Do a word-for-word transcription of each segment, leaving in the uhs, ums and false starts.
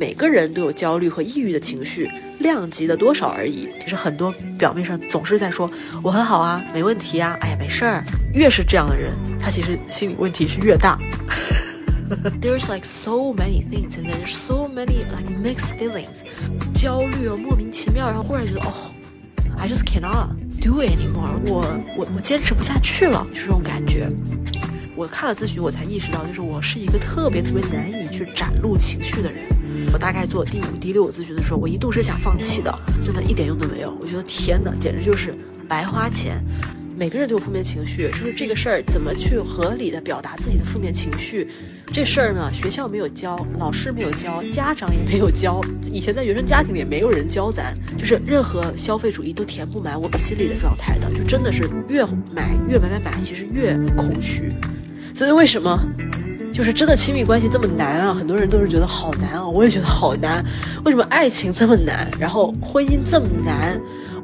每个人都有焦虑和抑郁的情绪，量级的多少而已。就是很多表面上总是在说我很好啊，没问题啊，哎呀没事儿，越是这样的人，他其实心理问题是越大。There's like so many things and there's so many like mixed feelings， 焦虑啊，莫名其妙，然后忽然觉得哦 I just cannot do it anymore， 我我我坚持不下去了，就是这种感觉。我看了咨询，我才意识到，就是我是一个特别特别难以去展露情绪的人。我大概做第五、第六咨询的时候，我一度是想放弃的，真的一点用都没有。我觉得天哪，简直就是白花钱。每个人都有负面情绪，就是这个事儿怎么去合理的表达自己的负面情绪，这事儿呢，学校没有教，老师没有教，家长也没有教，以前在原生家庭里也没有人教咱，就是任何消费主义都填不满我们心里的状态的，就真的是越买越买买买，其实越空虚。所以为什么就是真的亲密关系这么难啊？很多人都是觉得好难啊，我也觉得好难。为什么爱情这么难，然后婚姻这么难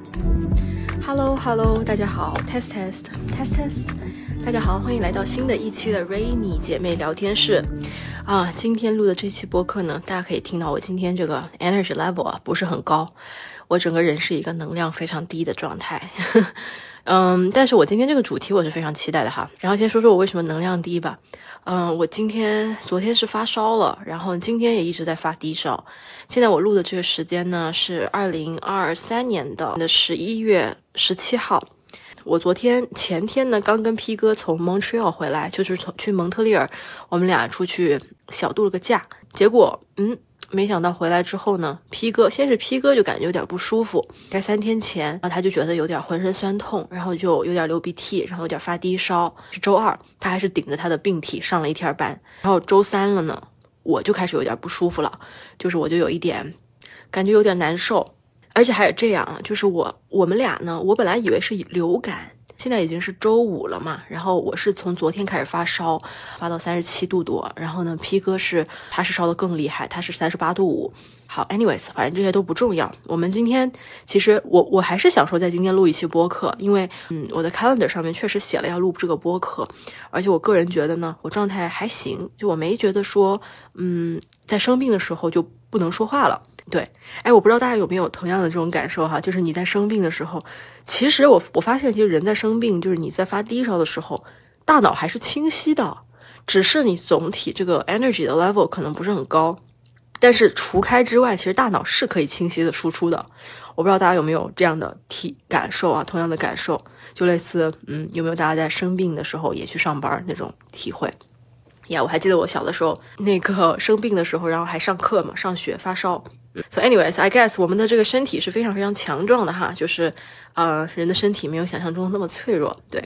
？Hello Hello， 大家好 ，Test Test Test Test， 大家好，欢迎来到新的一期的 Rainy 姐妹聊天室啊。今天录的这期播客呢，大家可以听到我今天这个 energy level 啊不是很高，我整个人是一个能量非常低的状态。嗯，但是我今天这个主题我是非常期待的哈。然后先说说我为什么能量低吧。嗯，我今天昨天是发烧了，然后今天也一直在发低烧。现在我录的这个时间呢是二零二三年的的十一月十七号。我昨天前天呢刚跟 P 哥从 Montreal 回来，就是从去蒙特利尔，我们俩出去小度了个假。结果嗯。没想到回来之后呢 P 哥先是 P 哥就感觉有点不舒服，在三天前然后他就觉得有点浑身酸痛，然后就有点流鼻涕，然后有点发低烧。是周二他还是顶着他的病体上了一天班，然后周三了呢我就开始有点不舒服了，就是我就有一点感觉有点难受。而且还有这样啊，就是我我们俩呢，我本来以为是流感，现在已经是周五了嘛，然后我是从昨天开始发烧，发到三十七度多，然后呢 P 哥是他是烧得更厉害，他是三十八度五。好 anyways 反正这些都不重要。我们今天其实我我还是想说在今天录一期播客，因为嗯我的 calendar 上面确实写了要录这个播客，而且我个人觉得呢我状态还行，就我没觉得说嗯在生病的时候就不能说话了。对，哎，我不知道大家有没有同样的这种感受哈，就是你在生病的时候，其实我我发现，其实人在生病，就是你在发低烧的时候，大脑还是清晰的，只是你总体这个 energy 的 level 可能不是很高，但是除开之外，其实大脑是可以清晰的输出的。我不知道大家有没有这样的体感受啊，同样的感受，就类似，嗯，有没有大家在生病的时候也去上班那种体会？呀，我还记得我小的时候，那个生病的时候，然后还上课嘛，上学发烧。So anyways, I guess 我们的这个身体是非常非常强壮的哈，就是呃人的身体没有想象中那么脆弱。对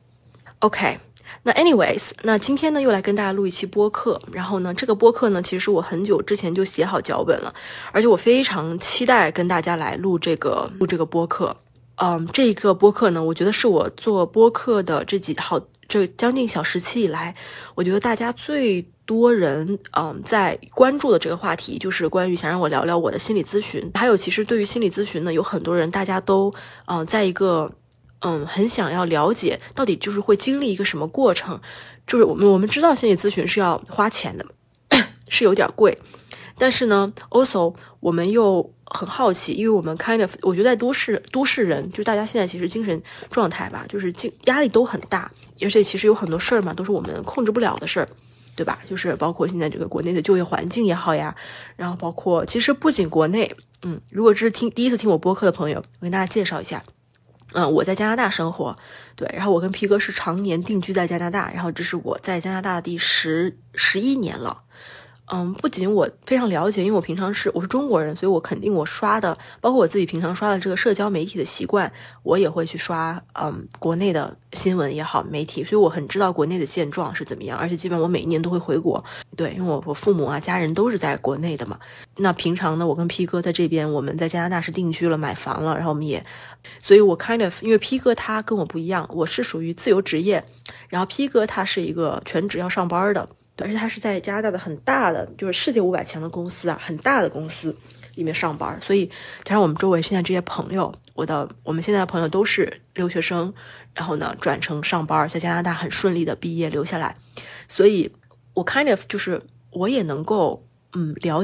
OK， 那 anyways 那今天呢又来跟大家录一期播客，然后呢这个播客呢其实我很久之前就写好脚本了，而且我非常期待跟大家来录这个录这个播客。嗯，这个播客呢我觉得是我做播客的这几好这将近小时期以来，我觉得大家最多人嗯在关注的这个话题，就是关于想让我聊聊我的心理咨询。还有其实对于心理咨询呢，有很多人大家都嗯在一个嗯很想要了解到底就是会经历一个什么过程，就是我们我们知道心理咨询是要花钱的是有点贵，但是呢 also 我们又很好奇，因为我们 kind of 我觉得在都市都市人，就大家现在其实精神状态吧，就是压力都很大，而且其实有很多事儿嘛都是我们控制不了的事儿，对吧？就是包括现在这个国内的就业环境也好呀，然后包括其实不仅国内，嗯，如果这是听第一次听我播客的朋友，我跟大家介绍一下。嗯，我在加拿大生活，对，然后我跟 P 哥是常年定居在加拿大，然后这是我在加拿大的第十十一年了。嗯，不仅我非常了解，因为我平常是我是中国人，所以我肯定我刷的，包括我自己平常刷的这个社交媒体的习惯，我也会去刷嗯国内的新闻也好媒体，所以我很知道国内的现状是怎么样，而且基本上我每一年都会回国，对，因为我我父母啊家人都是在国内的嘛。那平常呢，我跟 P 哥在这边，我们在加拿大是定居了，买房了，然后我们也，所以我 kind of 因为 P 哥他跟我不一样，我是属于自由职业，然后 P 哥他是一个全职要上班的。而且他是在加拿大的很大的就是世界五百强的公司啊，很大的公司里面上班，所以加上我们周围现在这些朋友，我的我们现在的朋友都是留学生，然后呢转成上班，在加拿大很顺利的毕业留下来，所以我 kind of 就是我也能够嗯了解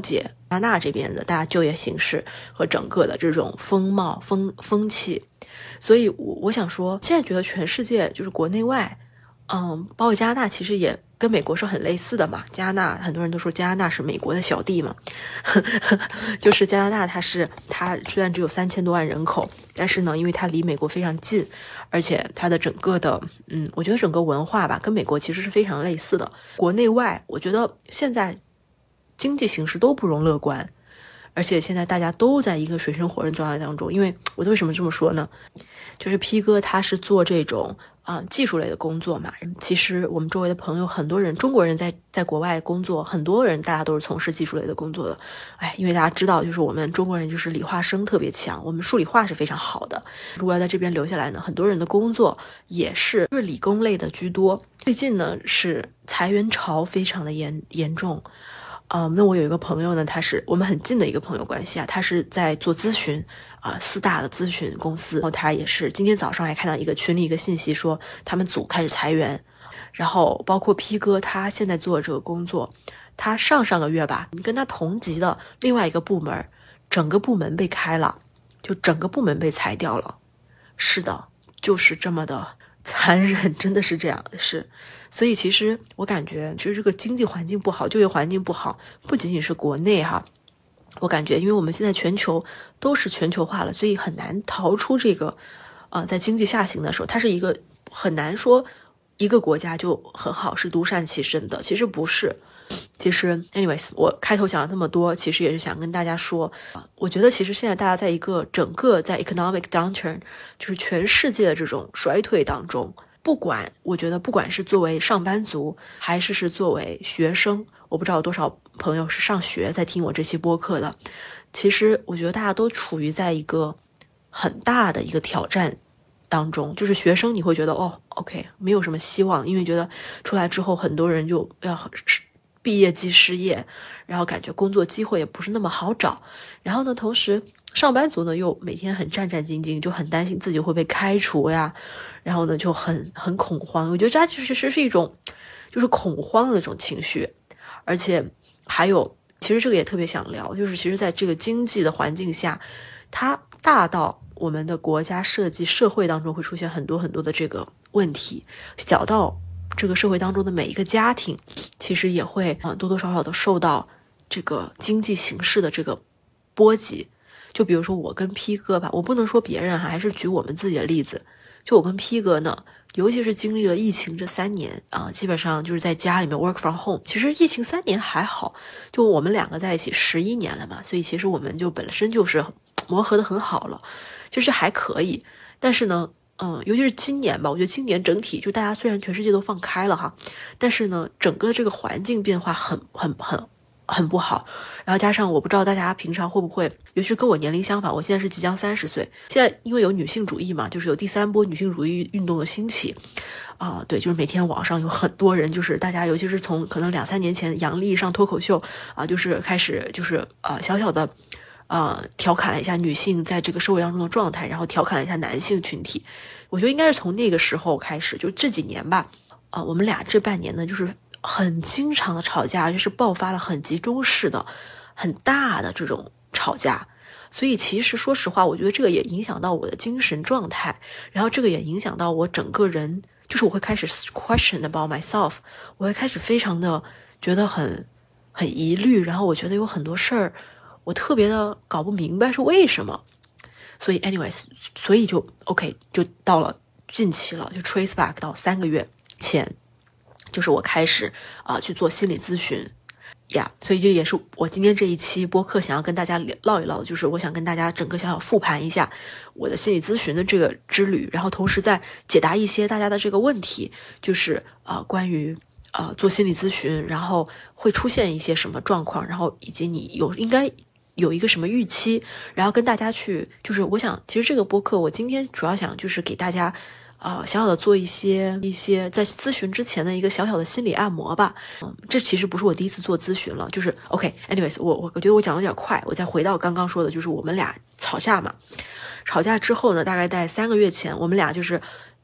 加拿大这边的大家就业形势和整个的这种风貌风风气。所以我我想说，现在觉得全世界就是国内外，嗯，包括加拿大其实也跟美国是很类似的嘛。加拿大很多人都说加拿大是美国的小弟嘛，就是加拿大它是它虽然只有三千多万人口，但是呢，因为它离美国非常近，而且它的整个的嗯，我觉得整个文化吧跟美国其实是非常类似的。国内外我觉得现在经济形势都不容乐观，而且现在大家都在一个水深火热状态当中。因为我为什么这么说呢，就是 P 哥他是做这种啊、呃、技术类的工作嘛，其实我们周围的朋友很多人中国人在在国外工作，很多人大家都是从事技术类的工作的。哎，因为大家知道就是我们中国人就是理化生特别强，我们数理化是非常好的，如果要在这边留下来呢，很多人的工作也是就是理工类的居多。最近呢是裁员潮非常的严严重。嗯，那我有一个朋友呢，他是我们很近的一个朋友关系啊，他是在做咨询啊、呃，四大的咨询公司。然后他也是今天早上还看到一个群里一个信息说他们组开始裁员，然后包括 P 哥他现在做的这个工作，他上上个月吧，跟他同级的另外一个部门，整个部门被开了，就整个部门被裁掉了。是的，就是这么的残忍，真的是这样的事。所以其实我感觉其实这个经济环境不好，就业环境不好，不仅仅是国内哈，我感觉因为我们现在全球都是全球化了，所以很难逃出这个呃在经济下行的时候，它是一个很难说一个国家就很好是独善其身的，其实不是。其实 anyways 我开头讲了这么多，其实也是想跟大家说，我觉得其实现在大家在一个整个在 economic downturn， 就是全世界的这种衰退当中，不管我觉得不管是作为上班族还是是作为学生，我不知道有多少朋友是上学在听我这期播客的，其实我觉得大家都处于在一个很大的一个挑战当中。就是学生你会觉得哦 OK 没有什么希望，因为觉得出来之后很多人就要毕业即失业，然后感觉工作机会也不是那么好找。然后呢，同时上班族呢又每天很战战兢兢，就很担心自己会被开除呀，然后呢就很很恐慌。我觉得这其实是一种就是恐慌的那种情绪。而且还有其实这个也特别想聊，就是其实在这个经济的环境下，它大到我们的国家设计社会当中会出现很多很多的这个问题，小到这个社会当中的每一个家庭其实也会啊、呃、多多少少的受到这个经济形势的这个波及。就比如说我跟 P 哥吧，我不能说别人哈，还是举我们自己的例子。就我跟 P 哥呢，尤其是经历了疫情这三年啊、呃，基本上就是在家里面 work from home。其实疫情三年还好，就我们两个在一起十一年了嘛，所以其实我们就本身就是磨合的很好了，就是还可以。但是呢嗯，尤其是今年吧，我觉得今年整体就大家虽然全世界都放开了哈，但是呢，整个这个环境变化很很很很不好。然后加上我不知道大家平常会不会，尤其是跟我年龄相反，我现在是即将三十岁，现在因为有女性主义嘛，就是有第三波女性主义运动的兴起啊、呃，对，就是每天网上有很多人，就是大家尤其是从可能两三年前杨笠上脱口秀啊、呃，就是开始就是呃小小的。呃，调侃了一下女性在这个社会当中的状态，然后调侃了一下男性群体。我觉得应该是从那个时候开始，就这几年吧。啊、呃，我们俩这半年呢，就是很经常的吵架，就是爆发了很集中式的、很大的这种吵架。所以其实说实话，我觉得这个也影响到我的精神状态，然后这个也影响到我整个人，就是我会开始 question about myself， 我会开始非常的觉得很很疑虑，然后我觉得有很多事儿。我特别的搞不明白是为什么，所以 anyways 所以就 OK 就到了近期了，就 trace back 到三个月前，就是我开始啊、呃、去做心理咨询呀， yeah, 所以这也是我今天这一期播客想要跟大家唠一唠，就是我想跟大家整个小小复盘一下我的心理咨询的这个之旅，然后同时再解答一些大家的这个问题，就是呃关于呃做心理咨询然后会出现一些什么状况，然后以及你有应该有一个什么预期，然后跟大家去就是我想其实这个播客我今天主要想就是给大家呃小小的做一些一些在咨询之前的一个小小的心理按摩吧。嗯，这其实不是我第一次做咨询了，就是 OK anyways 我我觉得我讲的有点快，我再回到刚刚说的，就是我们俩吵架嘛，吵架之后呢，大概在三个月前我们俩就是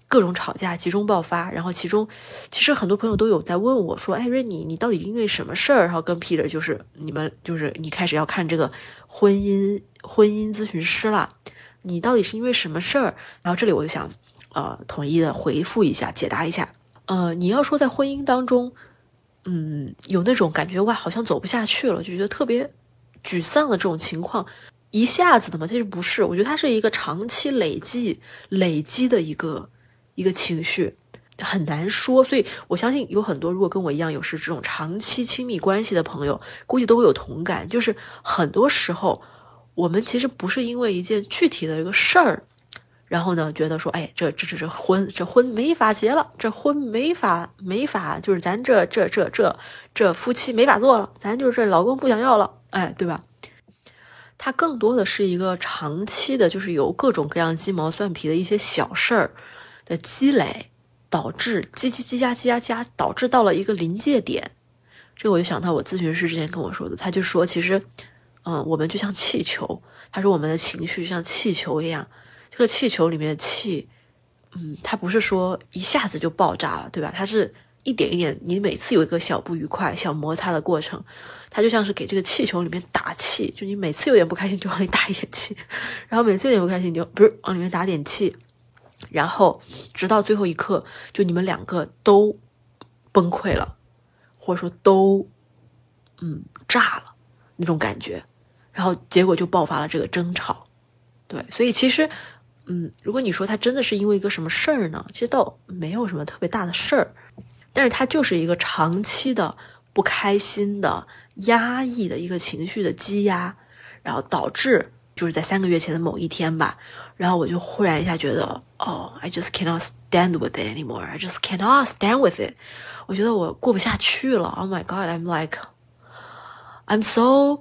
各种吵架集中爆发，然后其中其实很多朋友都有在问我说，哎，瑞妮，你到底因为什么事儿，然后跟 Peter 就是你们就是你开始要看这个婚姻婚姻咨询师了，你到底是因为什么事儿？然后这里我就想呃统一的回复一下，解答一下。呃，你要说在婚姻当中，嗯，有那种感觉哇，好像走不下去了，就觉得特别沮丧的这种情况，一下子的吗？其实不是，我觉得它是一个长期累积累积的一个一个情绪，很难说。所以我相信有很多如果跟我一样有是这种长期亲密关系的朋友，估计都会有同感，就是很多时候我们其实不是因为一件具体的一个事儿，然后呢觉得说，哎，这这这这婚这婚没法结了，这婚没法没法，就是咱这这这这这夫妻没法做了，咱就是这老公不想要了，哎，对吧？它更多的是一个长期的，就是有各种各样鸡毛蒜皮的一些小事儿的积累，导致积积积加积加加，导致到了一个临界点。这个我就想到我咨询师之前跟我说的，他就说其实嗯，我们就像气球，他说我们的情绪就像气球一样，这个气球里面的气嗯，它不是说一下子就爆炸了，对吧？它是一点一点，你每次有一个小不愉快小摩擦的过程，它就像是给这个气球里面打气，就你每次有点不开心就往里打一点气，然后每次有点不开心就不是往里面打点气，然后直到最后一刻就你们两个都崩溃了，或者说都嗯炸了那种感觉，然后结果就爆发了这个争吵。对，所以其实嗯，如果你说他真的是因为一个什么事儿呢，其实倒没有什么特别大的事儿，但是他就是一个长期的不开心的压抑的一个情绪的积压，然后导致就是在三个月前的某一天吧，然后我就忽然一下觉得哦 I just cannot stand with it anymore I just cannot stand with it 我觉得我过不下去了 Oh my god I'm like I'm so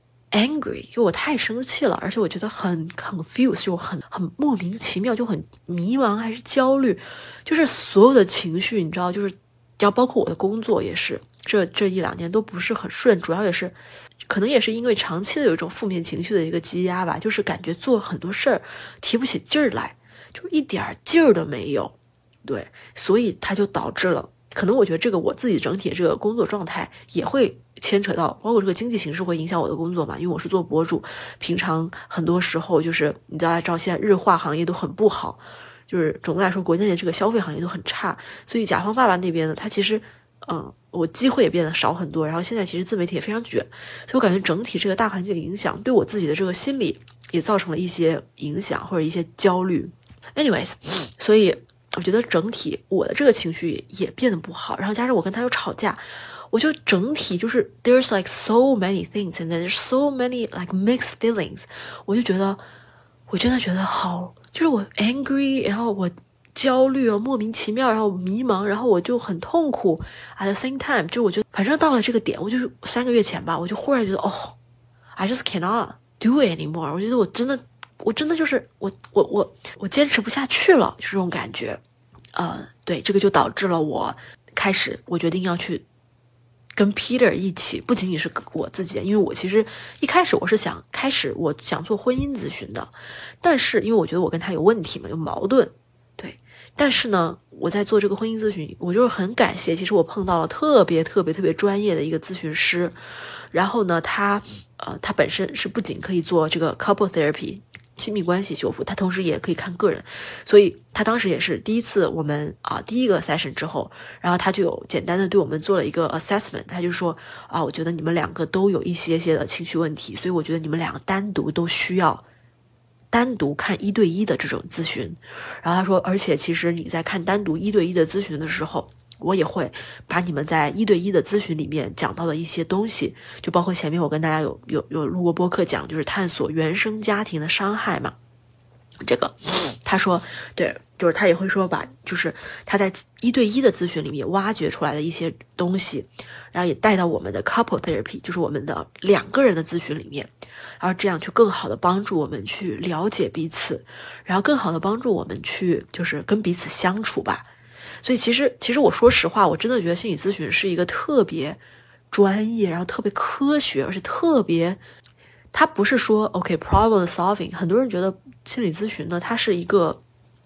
angry 就我太生气了，而且我觉得很 confused 就很很莫名其妙，就很迷茫还是焦虑，就是所有的情绪你知道，就是要包括我的工作也是，这这一两年都不是很顺，主要也是可能也是因为长期的有一种负面情绪的一个积压吧，就是感觉做很多事儿提不起劲儿来，就一点劲儿都没有。对，所以它就导致了，可能我觉得这个我自己整体这个工作状态也会牵扯到，包括这个经济形势会影响我的工作嘛，因为我是做博主，平常很多时候就是你知道，照现在日化行业都很不好，就是总的来说国内的这个消费行业都很差，所以甲方爸爸那边呢，他其实嗯，我机会也变得少很多，然后现在其实自媒体也非常卷，所以我感觉整体这个大环境影响对我自己的这个心理也造成了一些影响或者一些焦虑。 anyways 所以我觉得整体我的这个情绪也变得不好，然后加上我跟他又吵架，我就整体就是 there's like so many things and there's so many like mixed feelings， 我就觉得我真的觉得好，就是我 angry， 然后我焦虑，莫名其妙，然后迷茫，然后我就很痛苦 at the same time， 就我觉得反正到了这个点，我就是三个月前吧，我就忽然觉得哦 I just cannot do it anymore， 我觉得我真的我真的就是我我我我坚持不下去了，就是这种感觉。呃，对，这个就导致了我开始我决定要去跟 Peter 一起，不仅仅是我自己，因为我其实一开始我是想开始我想做婚姻咨询的，但是因为我觉得我跟他有问题嘛，有矛盾，对，但是呢我在做这个婚姻咨询，我就是很感谢，其实我碰到了特别特别特别专业的一个咨询师，然后呢他呃他本身是不仅可以做这个 couple therapy亲密关系修复，他同时也可以看个人，所以他当时也是第一次我们啊第一个 session 之后，然后他就有简单的对我们做了一个 assessment， 他就说啊我觉得你们两个都有一些些的情绪问题，所以我觉得你们两个单独都需要单独看一对一的这种咨询，然后他说而且其实你在看单独一对一的咨询的时候，我也会把你们在一对一的咨询里面讲到的一些东西，就包括前面我跟大家有有有录过播客讲，就是探索原生家庭的伤害嘛。这个他说对，就是他也会说把就是他在一对一的咨询里面挖掘出来的一些东西，然后也带到我们的 couple therapy， 就是我们的两个人的咨询里面，然后这样去更好的帮助我们去了解彼此，然后更好的帮助我们去就是跟彼此相处吧。所以其实其实我说实话，我真的觉得心理咨询是一个特别专业，然后特别科学，而且特别它不是说 OK problem solving， 很多人觉得心理咨询呢它是一个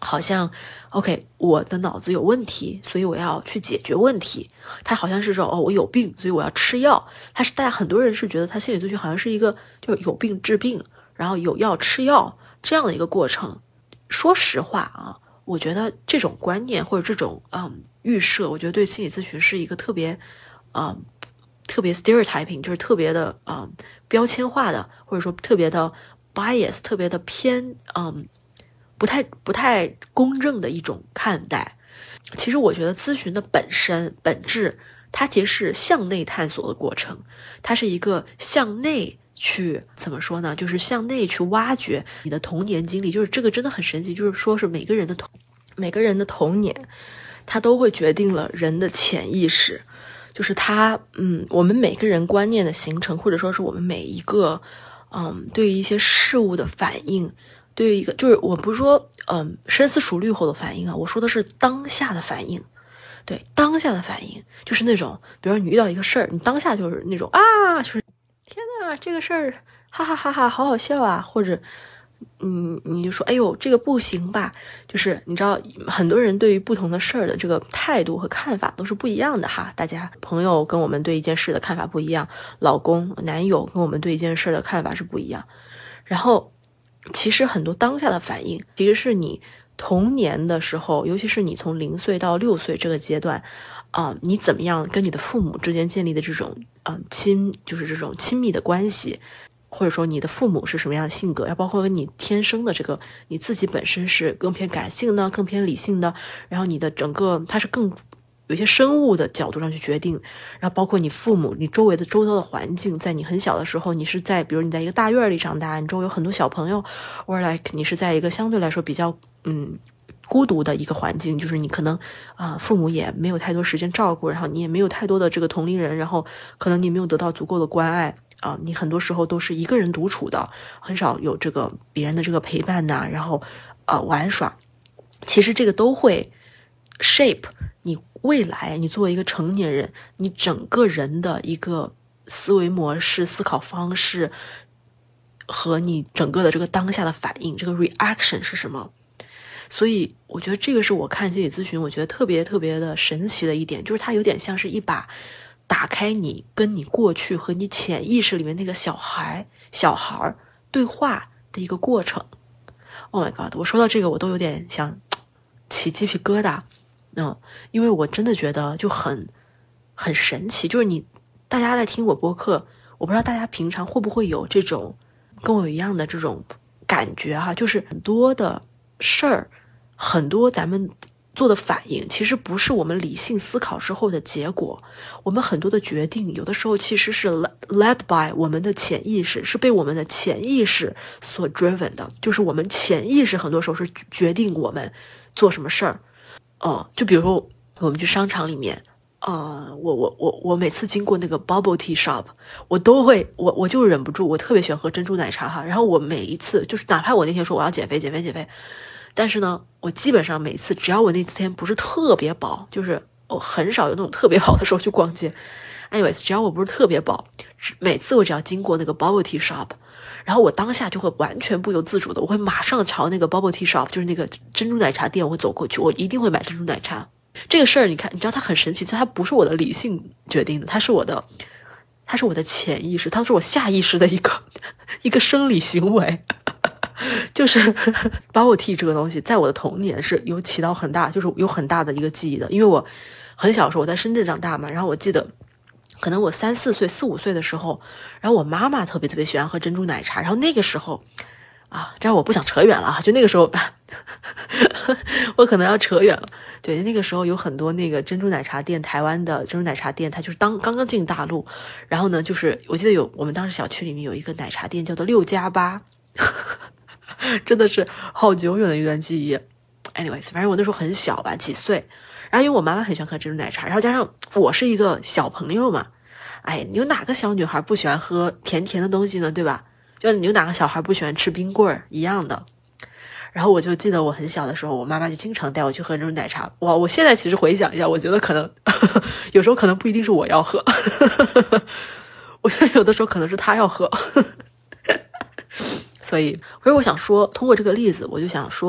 好像 OK 我的脑子有问题，所以我要去解决问题。他好像是说哦我有病，所以我要吃药。他是大家很多人是觉得他心理咨询好像是一个就有病治病，然后有药吃药这样的一个过程。说实话啊，我觉得这种观念或者这种嗯预设，我觉得对心理咨询是一个特别嗯特别 stereotyping， 就是特别的嗯标签化的，或者说特别的 bias， 特别的偏嗯不太不太公正的一种看待。其实我觉得咨询的本身本质，它其实是向内探索的过程，它是一个向内去怎么说呢？就是向内去挖掘你的童年经历，就是这个真的很神奇，就是说是每个人的童每个人的童年，它都会决定了人的潜意识。就是他，嗯，我们每个人观念的形成，或者说是我们每一个，嗯，对于一些事物的反应，对于一个，就是我不是说，嗯，深思熟虑后的反应啊，我说的是当下的反应。对，当下的反应就是那种，比如说你遇到一个事儿，你当下就是那种啊，就是天哪，这个事儿，哈哈哈哈，好好笑啊，或者。嗯，你就说，哎呦，这个不行吧？就是你知道，很多人对于不同的事儿的这个态度和看法都是不一样的哈。大家朋友跟我们对一件事的看法不一样，老公、男友跟我们对一件事的看法是不一样。然后，其实很多当下的反应，其实是你童年的时候，尤其是你从零岁到六岁这个阶段，啊、呃，你怎么样跟你的父母之间建立的这种嗯、呃、亲，就是这种亲密的关系。或者说你的父母是什么样的性格，要包括你天生的这个你自己本身是更偏感性呢，更偏理性的，然后你的整个它是更有一些生物的角度上去决定，然后包括你父母你周围的周遭的环境，在你很小的时候你是在比如你在一个大院里长大，你周围有很多小朋友，或者 like 你是在一个相对来说比较嗯孤独的一个环境，就是你可能啊、呃、父母也没有太多时间照顾，然后你也没有太多的这个同龄人，然后可能你没有得到足够的关爱啊、呃，你很多时候都是一个人独处的，很少有这个别人的这个陪伴呐、啊，然后呃玩耍，其实这个都会 shape 你未来，你作为一个成年人，你整个人的一个思维模式、思考方式和你整个的这个当下的反应，这个 reaction 是什么？所以我觉得这个是我看心理咨询我觉得特别特别的神奇的一点，就是它有点像是一把打开你跟你过去和你潜意识里面那个小孩小孩对话的一个过程。 Oh my god， 我说到这个我都有点想起鸡皮疙瘩。嗯，因为我真的觉得就很很神奇，就是你大家在听我播客，我不知道大家平常会不会有这种跟我有一样的这种感觉哈、啊，就是很多的事儿，很多咱们做的反应其实不是我们理性思考之后的结果，我们很多的决定有的时候其实是 led by 我们的潜意识，是被我们的潜意识所 driven 的，就是我们潜意识很多时候是决定我们做什么事儿。呃，就比如说我们去商场里面，呃，我我我我每次经过那个 bubble tea shop， 我都会我我就忍不住，我特别喜欢喝珍珠奶茶哈。然后我每一次就是哪怕我那天说我要减肥减肥减肥，但是呢，我基本上每次只要我那天不是特别饱，就是我很少有那种特别饱的时候去逛街。anyways， 只要我不是特别饱，每次我只要经过那个 bubble tea shop， 然后我当下就会完全不由自主的，我会马上朝那个 bubble tea shop， 就是那个珍珠奶茶店，我会走过去，我一定会买珍珠奶茶。这个事儿，你看，你知道它很神奇，它不是我的理性决定的，它是我的，它是我的潜意识，它是我下意识的一个一个生理行为。就是 bubble tea 这个东西，在我的童年是有起到很大，就是有很大的一个记忆的，因为我很小的时候我在深圳长大嘛，然后我记得。可能我三四岁、四五岁的时候，然后我妈妈特别特别喜欢喝珍珠奶茶，然后那个时候，啊，这样我不想扯远了啊，就那个时候，我可能要扯远了。对，那个时候有很多那个珍珠奶茶店，台湾的珍珠奶茶店，它就是当刚刚进大陆，然后呢，就是我记得有我们当时小区里面有一个奶茶店叫做六加八，真的是好久远的一段记忆。anyways， 反正我那时候很小吧，几岁。然后因为我妈妈很喜欢喝珍珠奶茶，然后加上我是一个小朋友嘛，哎，你有哪个小女孩不喜欢喝甜甜的东西呢，对吧？就你有哪个小孩不喜欢吃冰棍儿一样的。然后我就记得我很小的时候，我妈妈就经常带我去喝珍珠奶茶。哇，我现在其实回想一下，我觉得可能呵呵有时候可能不一定是我要喝，呵呵我觉得有的时候可能是她要喝。呵呵所以，所以我想说，通过这个例子，我就想说，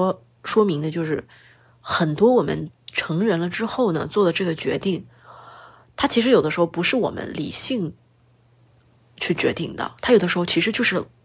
说明的就是很多我们成人了之后呢做的这个决定，它其实有的时候不是我们理性去决定的，它有的时候其实就是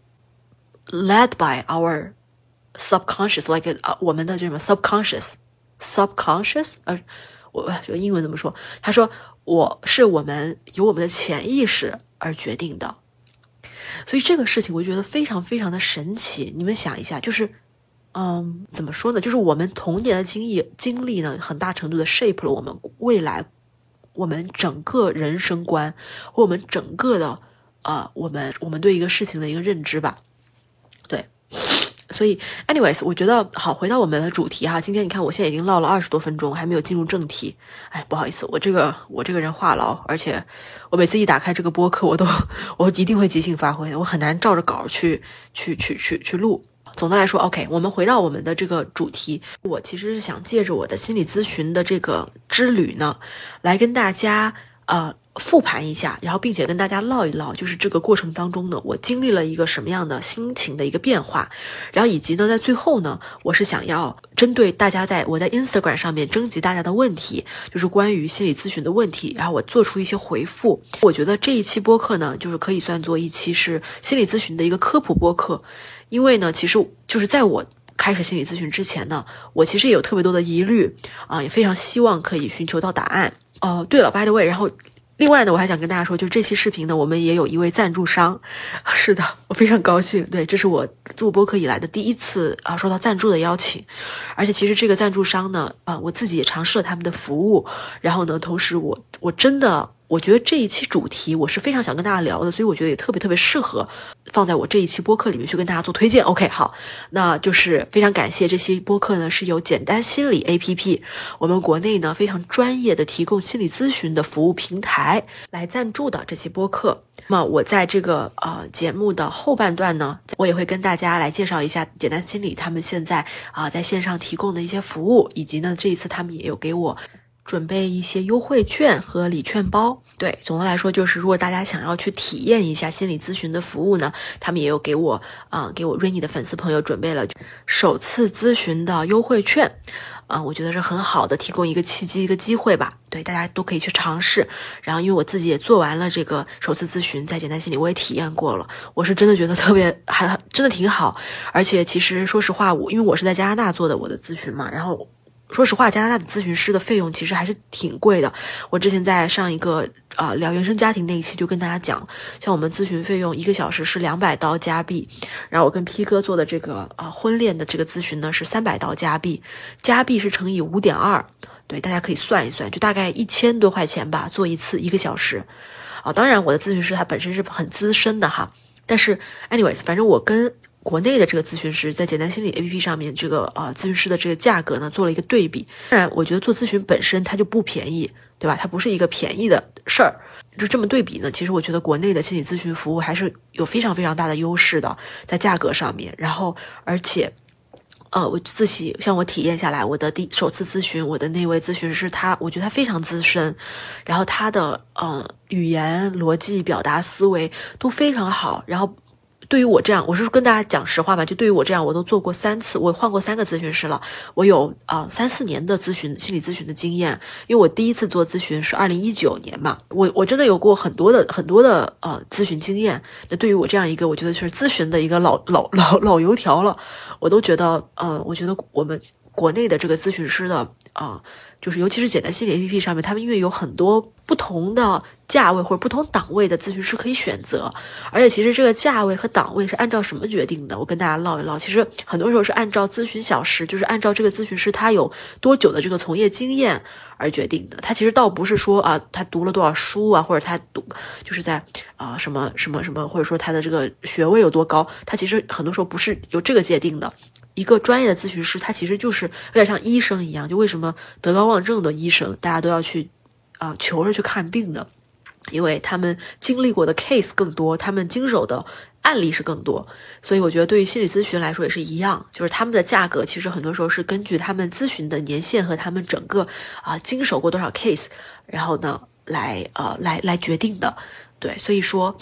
led by our subconscious like、uh, 我们的这什么 subconscious subconscious 呃，我这个英文怎么说，他说我是我们由我们的潜意识而决定的。所以这个事情我觉得非常非常的神奇。你们想一下，就是嗯，怎么说呢，就是我们童年的经历经历呢很大程度的 shape 了我们未来我们整个人生观或我们整个的呃我们我们对一个事情的一个认知吧。对，所以 anyways 我觉得好，回到我们的主题哈，今天你看我现在已经唠了二十多分钟还没有进入正题。哎，不好意思，我这个我这个人话痨，而且我每次一打开这个播客我都我一定会即兴发挥的，我很难照着稿去去去去去录。总的来说 OK， 我们回到我们的这个主题，我其实是想借着我的心理咨询的这个之旅呢来跟大家呃复盘一下，然后并且跟大家唠一唠，就是这个过程当中呢我经历了一个什么样的心情的一个变化，然后以及呢在最后呢我是想要针对大家在我在 Instagram 上面征集大家的问题，就是关于心理咨询的问题，然后我做出一些回复。我觉得这一期播客呢就是可以算作一期是心理咨询的一个科普播客，因为呢其实就是在我开始心理咨询之前呢，我其实也有特别多的疑虑啊，也非常希望可以寻求到答案。呃，对了 by the way， 然后另外呢我还想跟大家说，就这期视频呢我们也有一位赞助商。是的，我非常高兴，对，这是我做播客以来的第一次啊收到赞助的邀请。而且其实这个赞助商呢啊、呃、我自己也尝试了他们的服务，然后呢同时我我真的我觉得这一期主题我是非常想跟大家聊的，所以我觉得也特别特别适合放在我这一期播客里面去跟大家做推荐。 OK， 好，那就是非常感谢这期播客呢是由简单心理 A P P 我们国内呢非常专业的提供心理咨询的服务平台来赞助的这期播客。那么我在这个呃节目的后半段呢，我也会跟大家来介绍一下简单心理他们现在啊、呃、在线上提供的一些服务，以及呢这一次他们也有给我准备一些优惠券和礼券包。对，总的来说就是如果大家想要去体验一下心理咨询的服务呢，他们也有给我啊、呃、给我 Rainy 的粉丝朋友准备了首次咨询的优惠券啊、呃，我觉得是很好的，提供一个契机一个机会吧。对，大家都可以去尝试。然后因为我自己也做完了这个首次咨询，在简单心理我也体验过了，我是真的觉得特别还真的挺好。而且其实说实话，我因为我是在加拿大做的我的咨询嘛，然后说实话加拿大的咨询师的费用其实还是挺贵的。我之前在上一个呃聊原生家庭那一期就跟大家讲，像我们咨询费用一个小时是两百刀加币，然后我跟 P 哥做的这个呃婚恋的这个咨询呢是三百刀加币，加币是乘以 五点二， 对，大家可以算一算，就大概一千多块钱吧，做一次一个小时。啊，当然我的咨询师他本身是很资深的哈，但是 anyways 反正我跟国内的这个咨询师在简单心理 A P P 上面这个呃咨询师的这个价格呢做了一个对比。当然我觉得做咨询本身它就不便宜，对吧？它不是一个便宜的事儿。就这么对比呢，其实我觉得国内的心理咨询服务还是有非常非常大的优势的，在价格上面。然后而且呃，我自己像我体验下来，我的第首次咨询，我的那位咨询师他，我觉得他非常资深，然后他的呃语言逻辑表达思维都非常好。然后对于我这样，我是跟大家讲实话嘛，就对于我这样，我都做过三次，我换过三个咨询师了，我有啊、呃、三四年的咨询心理咨询的经验。因为我第一次做咨询是二零一九年嘛，我我真的有过很多的很多的呃咨询经验。那对于我这样一个我觉得是咨询的一个老老老老油条了，我都觉得呃我觉得我们国内的这个咨询师的啊、呃，就是尤其是简单心理 A P P 上面，他们因为有很多不同的价位或者不同档位的咨询师可以选择，而且其实这个价位和档位是按照什么决定的？我跟大家唠一唠。其实很多时候是按照咨询小时，就是按照这个咨询师他有多久的这个从业经验而决定的。他其实倒不是说啊，他读了多少书啊，或者他读就是在啊什么什么什么，或者说他的这个学位有多高，他其实很多时候不是由这个界定的。一个专业的咨询师，他其实就是有点像医生一样，就为什么德高望重的医生大家都要去啊、呃、求着去看病呢？因为他们经历过的 case 更多，他们经手的案例是更多。所以我觉得对于心理咨询来说也是一样，就是他们的价格其实很多时候是根据他们咨询的年限和他们整个啊、呃、经手过多少 case， 然后呢来呃来来决定的。对，所以说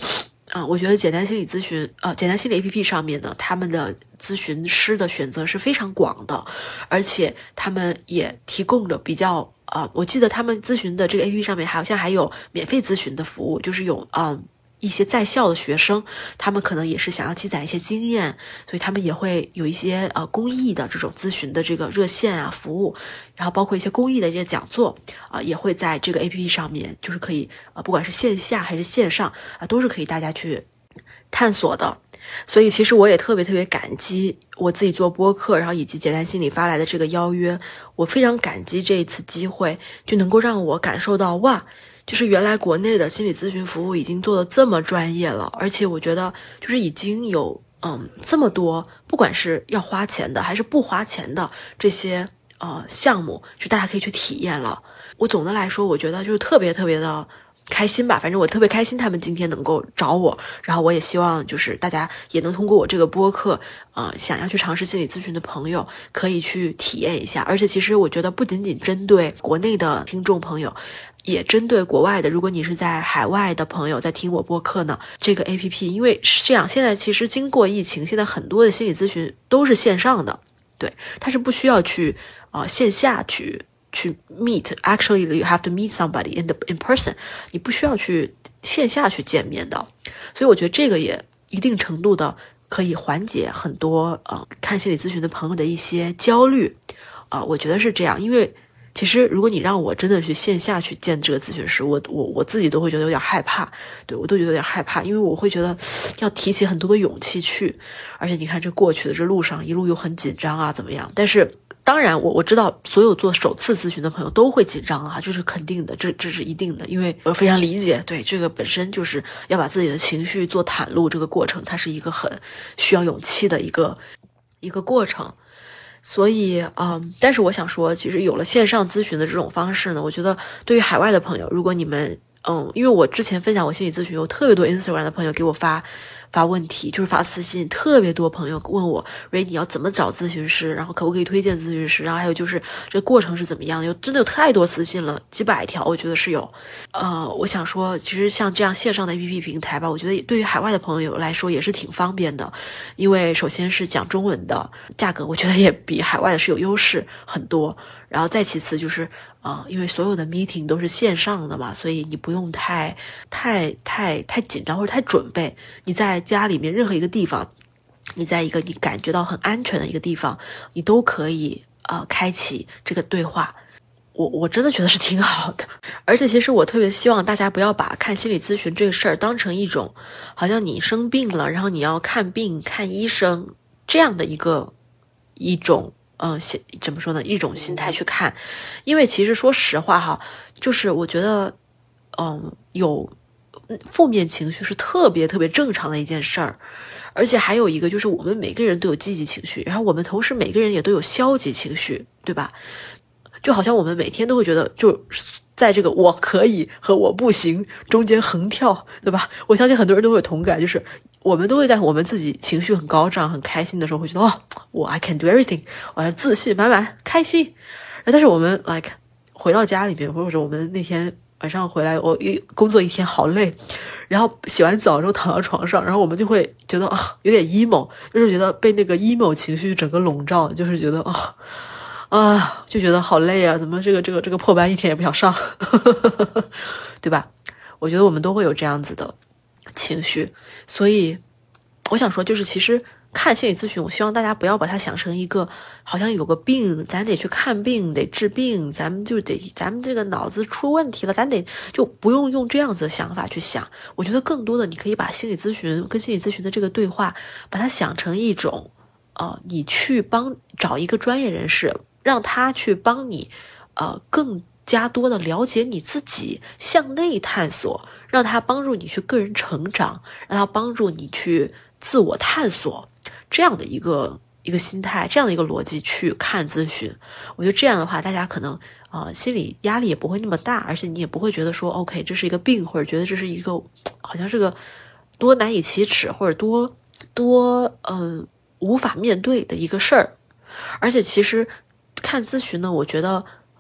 啊、呃，我觉得简单心理咨询，呃，简单心理 A P P 上面呢，他们的咨询师的选择是非常广的，而且他们也提供的比较，呃，我记得他们咨询的这个 A P P 上面好像还有免费咨询的服务，就是有，嗯、呃。一些在校的学生，他们可能也是想要积攒一些经验，所以他们也会有一些呃公益的这种咨询的这个热线啊服务，然后包括一些公益的这些讲座啊、呃，也会在这个 A P P 上面，就是可以呃不管是线下还是线上啊、呃，都是可以大家去探索的。所以其实我也特别特别感激我自己做播客，然后以及简单心理发来的这个邀约，我非常感激这一次机会，就能够让我感受到哇。就是原来国内的心理咨询服务已经做得这么专业了，而且我觉得就是已经有嗯这么多，不管是要花钱的还是不花钱的这些呃项目，就大家可以去体验了。我总的来说，我觉得就是特别特别的开心吧，反正我特别开心他们今天能够找我，然后我也希望就是大家也能通过我这个播客，呃，想要去尝试心理咨询的朋友可以去体验一下。而且其实我觉得不仅仅针对国内的听众朋友，也针对国外的，如果你是在海外的朋友在听我播客呢，这个 A P P 因为是这样，现在其实经过疫情，现在很多的心理咨询都是线上的，对，它是不需要去呃线下去去 meet actually you have to meet somebody in the in person， 你不需要去线下去见面的，所以我觉得这个也一定程度的可以缓解很多呃看心理咨询的朋友的一些焦虑啊、呃，我觉得是这样，因为其实如果你让我真的去线下去见这个咨询师，我我我自己都会觉得有点害怕，对，我都觉得有点害怕，因为我会觉得要提起很多的勇气去，而且你看这过去的这路上一路又很紧张啊怎么样，但是当然我我知道所有做首次咨询的朋友都会紧张啊，就是肯定的，这这是一定的，因为我非常理解，对，这个本身就是要把自己的情绪做袒露，这个过程它是一个很需要勇气的一个一个过程。所以嗯，但是我想说其实有了线上咨询的这种方式呢，我觉得对于海外的朋友，如果你们嗯，因为我之前分享我心理咨询，有特别多 Instagram 的朋友给我发发问题，就是发私信，特别多朋友问我 Ray 你要怎么找咨询师，然后可不可以推荐咨询师，然后还有就是这个过程是怎么样的，有真的有太多私信了，几百条我觉得是有。呃，我想说其实像这样线上的 A P P 平台吧，我觉得对于海外的朋友来说也是挺方便的，因为首先是讲中文的，价格我觉得也比海外的是有优势很多，然后再其次就是啊、呃，因为所有的 meeting 都是线上的嘛，所以你不用太太太太紧张或者太准备，你在家里面任何一个地方，你在一个你感觉到很安全的一个地方，你都可以呃开启这个对话。我我真的觉得是挺好的，而且其实我特别希望大家不要把看心理咨询这个事儿当成一种好像你生病了，然后你要看病看医生这样的一个一种嗯，怎么说呢？一种心态去看，因为其实说实话哈，就是我觉得，嗯，有负面情绪是特别特别正常的一件事儿，而且还有一个就是我们每个人都有积极情绪，然后我们同时每个人也都有消极情绪，对吧？就好像我们每天都会觉得就在这个我可以和我不行中间横跳，对吧？我相信很多人都会有同感，就是我们都会在我们自己情绪很高涨很开心的时候会觉得哦，我 I can do everything， 我要自信满满开心。但是我们 like 回到家里面，或者我们那天晚上回来，我一工作一天好累，然后洗完澡之后躺到床上，然后我们就会觉得啊、哦、有点 emo， 就是觉得被那个 emo 情绪整个笼罩，就是觉得啊。哦啊，就觉得好累啊！怎么这个这个这个破班一天也不想上，对吧？我觉得我们都会有这样子的情绪，所以我想说，就是其实看心理咨询，我希望大家不要把它想成一个好像有个病，咱得去看病，得治病，咱们就得咱们这个脑子出问题了，咱得就不用用这样子的想法去想。我觉得更多的，你可以把心理咨询跟心理咨询的这个对话，把它想成一种，呃，你去帮找一个专业人士。让他去帮你呃更加多的了解你自己，向内探索，让他帮助你去个人成长，让他帮助你去自我探索，这样的一个一个心态，这样的一个逻辑去看咨询。我觉得这样的话大家可能呃心理压力也不会那么大，而且你也不会觉得说 OK 这是一个病，或者觉得这是一个好像是个多难以启齿或者多多嗯、呃、无法面对的一个事儿。而且其实看咨询呢，我觉得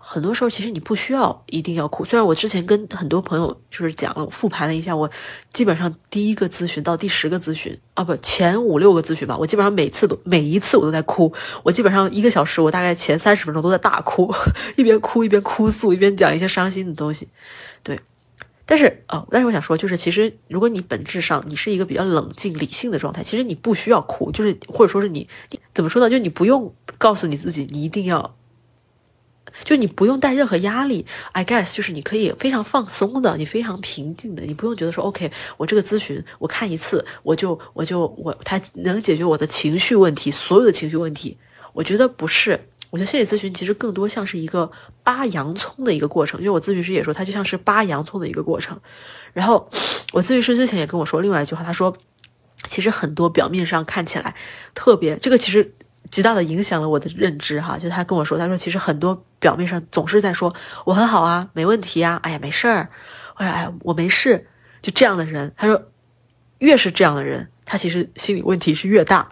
很多时候其实你不需要一定要哭。虽然我之前跟很多朋友就是讲了，我复盘了一下，我基本上第一个咨询到第十个咨询啊，不前五六个咨询吧，我基本上每次都每一次我都在哭。我基本上一个小时，我大概前三十分钟都在大哭，一边哭一边哭诉，一边讲一些伤心的东西。对，但是哦，但是我想说，就是其实如果你本质上你是一个比较冷静理性的状态，其实你不需要哭，就是或者说是你你怎么说呢？就你不用告诉你自己你一定要。就你不用带任何压力 I guess 就是你可以非常放松的，你非常平静的，你不用觉得说 OK 我这个咨询我看一次我就我就我它能解决我的情绪问题，所有的情绪问题。我觉得不是，我觉得心理咨询其实更多像是一个扒洋葱的一个过程，因为我咨询师也说它就像是扒洋葱的一个过程。然后我咨询师之前也跟我说另外一句话，他说其实很多表面上看起来特别，这个其实极大的影响了我的认知哈，就他跟我说，他说其实很多表面上总是在说我很好啊，没问题啊，哎呀没事儿，或者哎我没事，就这样的人，他说越是这样的人，他其实心理问题是越大。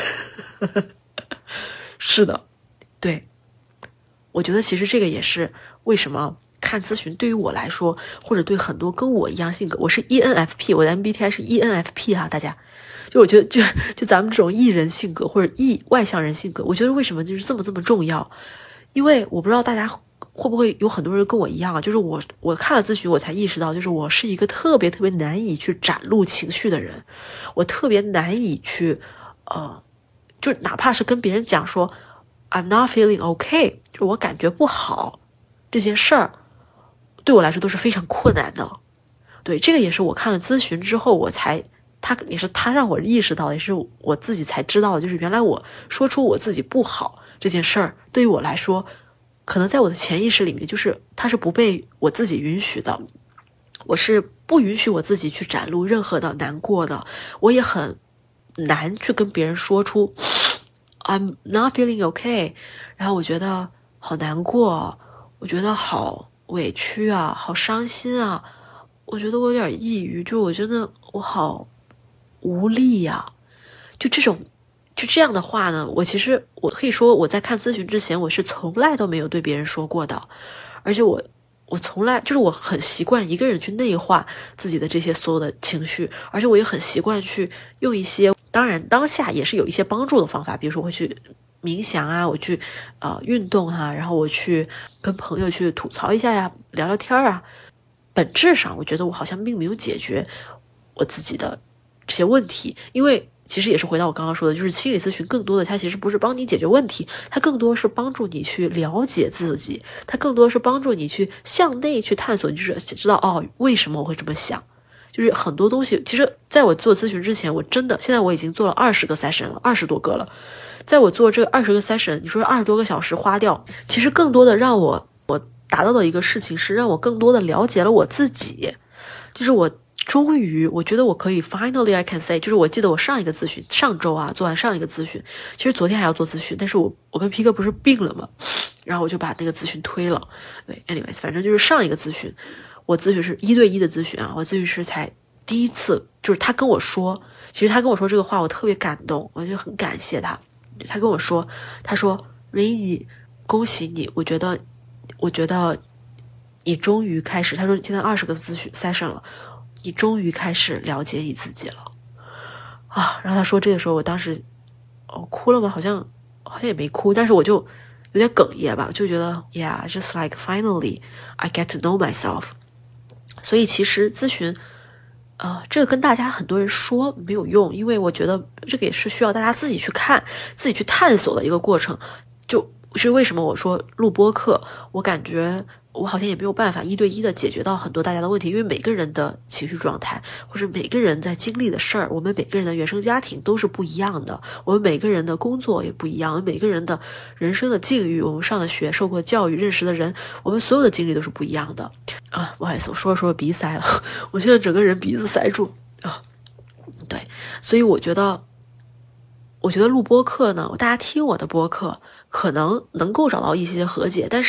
是的，对，我觉得其实这个也是为什么看咨询对于我来说，或者对很多跟我一样性格，我是 E N F P， 我的 M B T I 是 E N F P 哈，大家。就我觉得就就咱们这种 E 人性格或者 E 外向人性格，我觉得为什么就是这么这么重要？因为我不知道大家会不会有很多人跟我一样啊，就是我我看了咨询我才意识到，就是我是一个特别特别难以去展露情绪的人，我特别难以去呃，就哪怕是跟别人讲说 I'm not feeling okay， 就我感觉不好这件事儿，对我来说都是非常困难的。对，这个也是我看了咨询之后我才。他也是他让我意识到，也是我自己才知道的，就是原来我说出我自己不好这件事儿，对于我来说，可能在我的潜意识里面，就是它是不被我自己允许的，我是不允许我自己去展露任何的难过的，我也很难去跟别人说出 I'm not feeling okay， 然后我觉得好难过，我觉得好委屈啊，好伤心啊，我觉得我有点抑郁，就我真的我好无力呀、啊，就这种，就这样的话呢，我其实我可以说我在看咨询之前，我是从来都没有对别人说过的，而且我我从来就是我很习惯一个人去内化自己的这些所有的情绪，而且我也很习惯去用一些，当然当下也是有一些帮助的方法，比如说我会去冥想啊，我去呃运动哈、啊，然后我去跟朋友去吐槽一下呀，聊聊天啊，本质上我觉得我好像并没有解决我自己的这些问题，因为其实也是回到我刚刚说的，就是心理咨询更多的它其实不是帮你解决问题，它更多是帮助你去了解自己，它更多是帮助你去向内去探索，就是知道哦为什么我会这么想，就是很多东西其实在我做咨询之前，我真的现在我已经做了二十个 session 了，二十多个了，在我做这个二十个 session， 你说二十多个小时花掉，其实更多的让我我达到的一个事情是让我更多的了解了我自己，就是我终于我觉得我可以 finally I can say， 就是我记得我上一个咨询上周啊做完上一个咨询，其实昨天还要做咨询，但是我我跟皮哥不是病了吗，然后我就把那个咨询推了。对 anyways 反正就是上一个咨询，我咨询是一对一的咨询啊，我咨询师才第一次，就是他跟我说，其实他跟我说这个话我特别感动，我就很感谢他。他跟我说，他说 Rainy 恭喜你，我觉得我觉得你终于开始，他说现在二十个咨询 session 了，你终于开始了解你自己了啊！然后他说这个时候，我当时哦哭了吗？好像好像也没哭，但是我就有点哽咽吧，就觉得 Yeah, just like finally I get to know myself。所以其实咨询，呃，这个跟大家很多人说没有用，因为我觉得这个也是需要大家自己去看、自己去探索的一个过程。就是为什么我说录播课，我感觉我好像也没有办法一对一的解决到很多大家的问题，因为每个人的情绪状态或者每个人在经历的事儿，我们每个人的原生家庭都是不一样的，我们每个人的工作也不一样，我们每个人的人生的境遇，我们上的学、受过教育、认识的人，我们所有的经历都是不一样的啊！不好意思，我说着说着鼻塞了，我现在整个人鼻子塞住啊。对，所以我觉得我觉得录播课呢，大家听我的播客可能能够找到一些和解，但是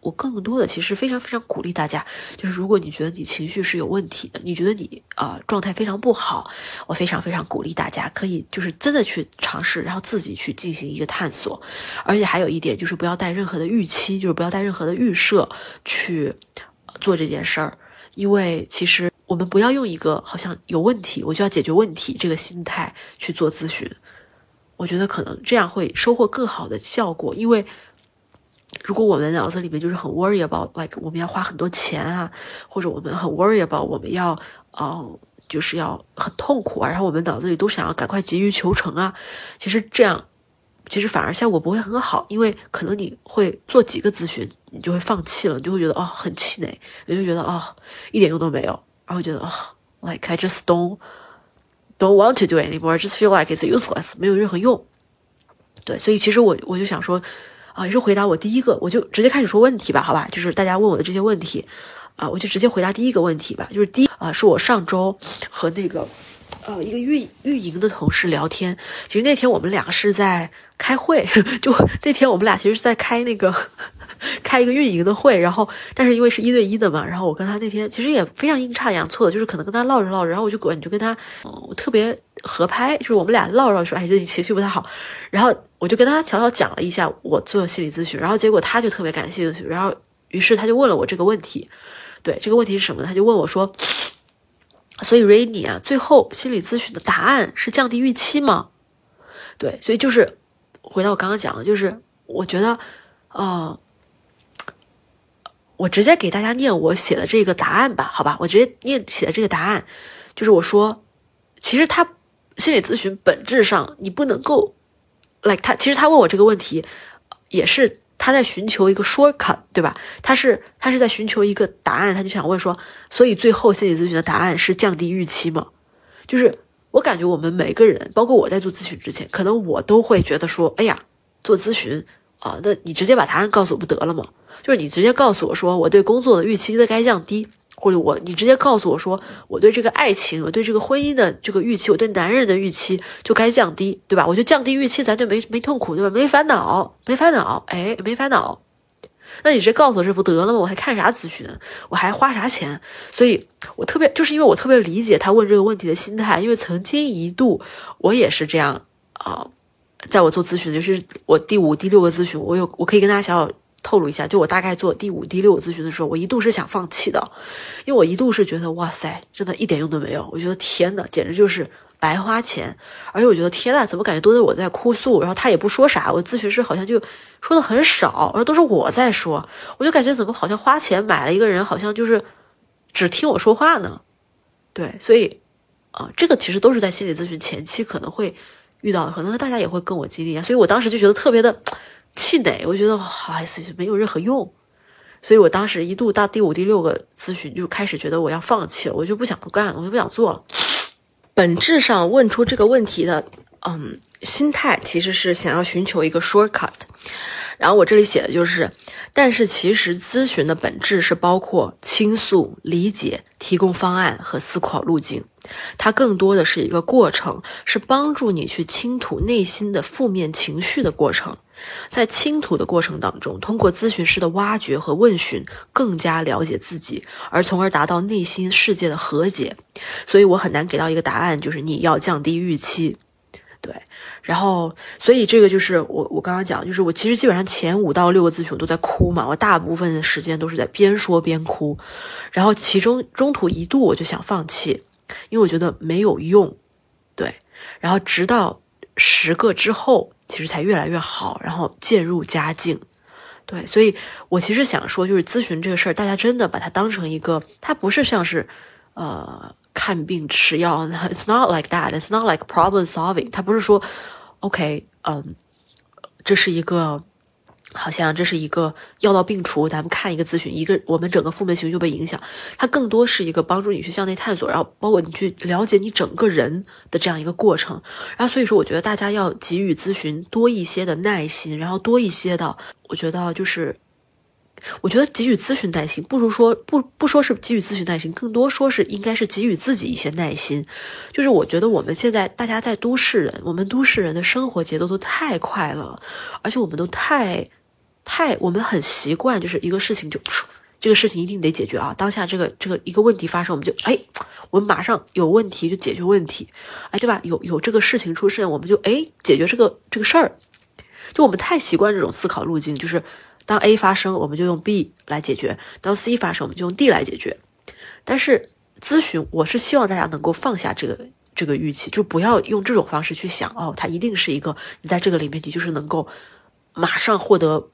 我更多的其实非常非常鼓励大家，就是如果你觉得你情绪是有问题的，你觉得你啊、呃、状态非常不好，我非常非常鼓励大家可以就是真的去尝试，然后自己去进行一个探索。而且还有一点就是不要带任何的预期，就是不要带任何的预设去做这件事儿，因为其实我们不要用一个好像有问题我就要解决问题这个心态去做咨询，我觉得可能这样会收获更好的效果。因为如果我们脑子里面就是很 worry about like 我们要花很多钱啊，或者我们很 worry about 我们要呃就是要很痛苦啊，然后我们脑子里都想要赶快急于求成啊，其实这样其实反而效果不会很好，因为可能你会做几个咨询你就会放弃了，你就会觉得哦很气馁，你就觉得哦一点用都没有，然后觉得哦 like I just don't don't want to do it anymore, I just feel like it's useless, 没有任何用。对，所以其实我我就想说啊，也是回答我第一个，我就直接开始说问题吧，好吧，就是大家问我的这些问题啊，我就直接回答第一个问题吧。就是第一啊，是我上周和那个呃一个运运营的同事聊天，其实那天我们俩是在开会，就那天我们俩其实是在开那个开一个运营的会，然后但是因为是一对一的嘛，然后我跟他那天其实也非常阴差阳错的，就是可能跟他唠着唠着，然后我就你就跟他、嗯、我特别合拍，就是我们俩唠着说哎这情绪不太好，然后我就跟他悄悄讲了一下我做心理咨询，然后结果他就特别感兴趣，然后于是他就问了我这个问题。对，这个问题是什么呢？他就问我说，所以 Rainy 啊，最后心理咨询的答案是降低预期吗？对，所以就是回到我刚刚讲的，就是我觉得呃我直接给大家念我写的这个答案吧，好吧，我直接念写的这个答案，就是我说其实他心理咨询本质上你不能够 like 他其实他问我这个问题也是他在寻求一个 shortcut， 对吧？他是他是在寻求一个答案，他就想问说，所以最后心理咨询的答案是降低预期吗？就是我感觉我们每个人，包括我在做咨询之前，可能我都会觉得说，哎呀，做咨询啊，那你直接把答案告诉我不得了吗？就是你直接告诉我说，我对工作的预期应该降低。或者我，你直接告诉我说，我对这个爱情，我对这个婚姻的这个预期，我对男人的预期就该降低，对吧？我就降低预期，咱就没没痛苦，对吧？没烦恼，没烦恼，哎，没烦恼。那你直接告诉我这不得了吗？我还看啥咨询？我还花啥钱？所以我特别，就是因为我特别理解他问这个问题的心态，因为曾经一度我也是这样啊、呃，在我做咨询，就是我第五、第六个咨询，我有我可以跟大家小小透露一下，就我大概做第五、第六个咨询的时候，我一度是想放弃的，因为我一度是觉得哇塞，真的一点用都没有，我觉得天哪，简直就是白花钱，而且我觉得天呐，怎么感觉都是我在哭诉，然后他也不说啥，我咨询师好像就说的很少，而都是我在说，我就感觉怎么好像花钱买了一个人，好像就是只听我说话呢？对，所以啊、呃，这个其实都是在心理咨询前期可能会遇到，可能大家也会跟我经历啊，所以我当时就觉得特别的气馁，我觉得哎呀没有任何用，所以我当时一度到第五、第六个咨询就开始觉得我要放弃了，我就不想干了，我就不想做了。本质上问出这个问题的，嗯，心态其实是想要寻求一个 shortcut。然后我这里写的就是，但是其实咨询的本质是包括倾诉、理解、提供方案和思考路径。它更多的是一个过程，是帮助你去倾吐内心的负面情绪的过程。在倾吐的过程当中，通过咨询师的挖掘和问询，更加了解自己，而从而达到内心世界的和解。所以我很难给到一个答案，就是你要降低预期。对，然后所以这个就是我我刚刚讲，就是我其实基本上前五到六个咨询我都在哭嘛，我大部分的时间都是在边说边哭，然后其中中途一度我就想放弃，因为我觉得没有用。对，然后直到十个之后其实才越来越好，然后渐入佳境。对，所以我其实想说，就是咨询这个事儿，大家真的把它当成一个，它不是像是呃看病吃药 ，It's not like that. It's not like problem solving. 它不是说 ，OK， 嗯，这是一个好像这是一个药到病除，咱们看一个咨询，一个我们整个负面情绪就被影响。它更多是一个帮助你去向内探索，然后包括你去了解你整个人的这样一个过程。然后所以说，我觉得大家要给予咨询多一些的耐心，然后多一些的，我觉得就是。我觉得给予咨询耐心，不如说不不说是给予咨询耐心，更多说是应该是给予自己一些耐心。就是我觉得我们现在大家在都市人，我们都市人的生活节奏都太快了，而且我们都太太我们很习惯，就是一个事情就这个事情一定得解决啊，当下这个这个一个问题发生，我们就哎，我们马上有问题就解决问题，哎，对吧？有有这个事情出现，我们就哎解决这个这个事儿。就我们太习惯这种思考路径，就是当 A 发生，我们就用 B 来解决；当 C 发生，我们就用 D 来解决。但是咨询，我是希望大家能够放下这个这个预期，就不要用这种方式去想哦，它一定是一个你在这个里面你就是能够马上获得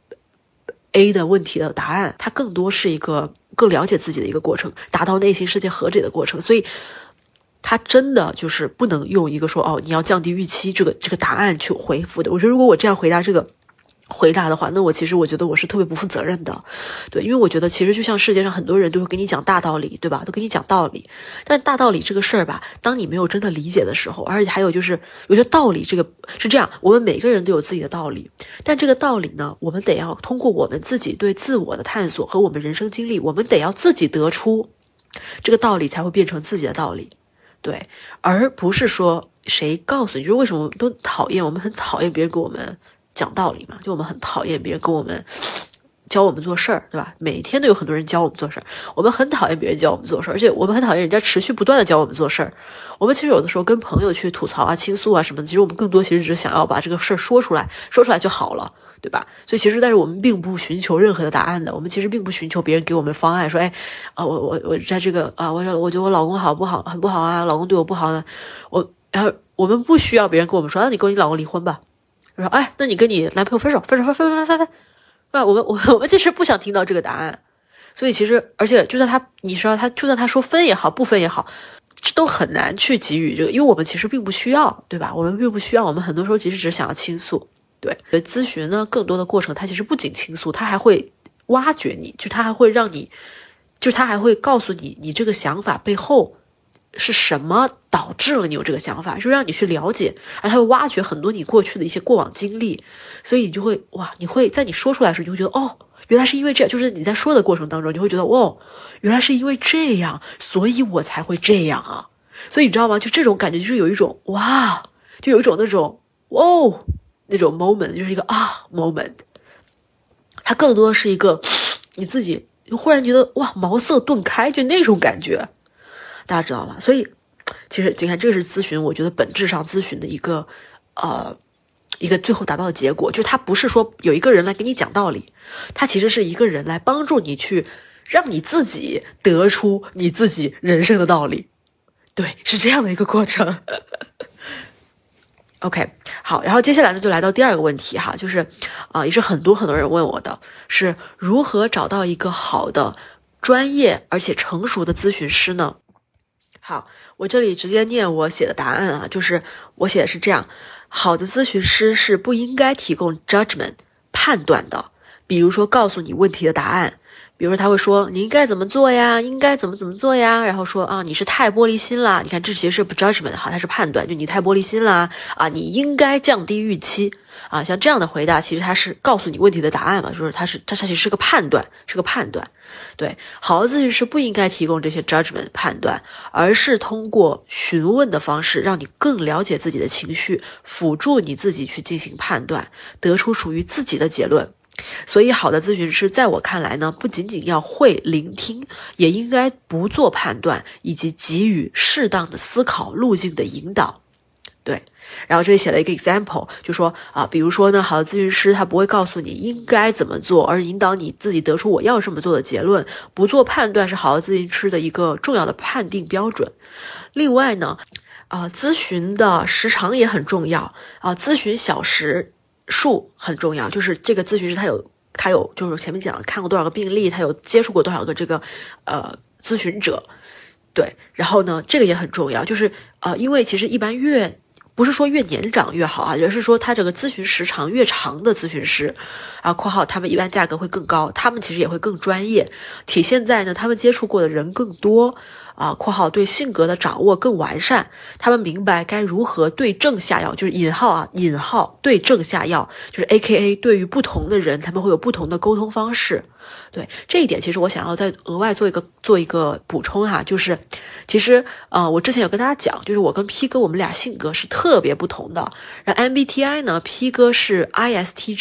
A 的问题的答案，它更多是一个更了解自己的一个过程，达到内心世界和解的过程。所以它真的就是不能用一个说哦，你要降低预期这个这个答案去回复的。我觉得如果我这样回答这个回答的话，那我其实我觉得我是特别不负责任的。对，因为我觉得其实就像世界上很多人都会跟你讲大道理，对吧？都跟你讲道理，但是大道理这个事儿吧，当你没有真的理解的时候，而且还有就是有些道理这个是这样，我们每个人都有自己的道理，但这个道理呢，我们得要通过我们自己对自我的探索和我们人生经历，我们得要自己得出这个道理，才会变成自己的道理。对，而不是说谁告诉你，就是为什么我们都讨厌，我们很讨厌别人给我们讲道理嘛，就我们很讨厌别人跟我们教我们做事儿，对吧？每天都有很多人教我们做事儿，我们很讨厌别人教我们做事儿，而且我们很讨厌人家持续不断的教我们做事儿。我们其实有的时候跟朋友去吐槽啊、倾诉啊什么的，其实我们更多其实只是想要把这个事儿说出来，说出来就好了。对吧？所以其实，但是我们并不寻求任何的答案的。我们其实并不寻求别人给我们方案，说，哎，啊，我我我在这个啊，我我觉得我老公好不好，很不好啊，老公对我不好呢。我然后我们不需要别人跟我们说，那你跟你老公离婚吧。说，哎，那你跟你男朋友分手，分手，分分分分分。啊，我们我我们其实不想听到这个答案。所以其实，而且就算他，你说他，就算他说分也好，不分也好，都很难去给予这个，因为我们其实并不需要，对吧？我们并不需要，我们很多时候其实只是想要倾诉。对，咨询呢，更多的过程，它其实不仅倾诉，它还会挖掘你，就它还会让你，就是它还会告诉你，你这个想法背后是什么导致了你有这个想法，就让你去了解，而它会挖掘很多你过去的一些过往经历，所以你就会哇，你会在你说出来的时候，你会觉得哦，原来是因为这样，就是你在说的过程当中，你会觉得哦，原来是因为这样，所以我才会这样啊，所以你知道吗？就这种感觉，就是有一种哇，就有一种那种哦。那种 moment 就是一个啊 moment， 它更多是一个你自己忽然觉得哇茅塞顿开，就那种感觉，大家知道吗？所以其实你看，这个是咨询，我觉得本质上咨询的一个呃一个最后达到的结果，就是它不是说有一个人来给你讲道理，它其实是一个人来帮助你去让你自己得出你自己人生的道理，对，是这样的一个过程。OK， 好，然后接下来呢，就来到第二个问题哈，就是啊、呃，也是很多很多人问我的，是如何找到一个好的、专业而且成熟的咨询师呢？好，我这里直接念我写的答案啊，就是我写的是这样：好的咨询师是不应该提供 judgment 判断的，比如说告诉你问题的答案。比如说他会说你应该怎么做呀，应该怎么怎么做呀，然后说啊你是太玻璃心啦，你看这其实是不 judgment 哈，它是判断，就你太玻璃心啦啊，你应该降低预期啊，像这样的回答其实它是告诉你问题的答案嘛，就是它是它它其实是个判断，是个判断。对，好的咨询师不应该提供这些 judgment 判断，而是通过询问的方式让你更了解自己的情绪，辅助你自己去进行判断，得出属于自己的结论。所以好的咨询师在我看来呢，不仅仅要会聆听，也应该不做判断，以及给予适当的思考路径的引导。对，然后这里写了一个 example， 就说啊，比如说呢，好的咨询师他不会告诉你应该怎么做，而引导你自己得出我要这么做的结论。不做判断是好的咨询师的一个重要的判定标准。另外呢，啊，咨询的时长也很重要啊，咨询小时数很重要，就是这个咨询师他有他有就是前面讲的看过多少个病例，他有接触过多少个这个呃咨询者，对，然后呢这个也很重要，就是呃因为其实一般越不是说越年长越好啊，而是说他这个咨询时长越长的咨询师啊（括号他们一般价格会更高，他们其实也会更专业，体现在呢他们接触过的人更多啊（括号对性格的掌握更完善，他们明白该如何对症下药，就是引号啊引号对症下药，就是 A K A 对于不同的人他们会有不同的沟通方式）。对，这一点其实我想要再额外做一个做一个补充哈，就是其实呃我之前有跟大家讲，就是我跟 P 哥我们俩性格是特别不同的。然后 M B T I 呢 ，P 哥是 I S T J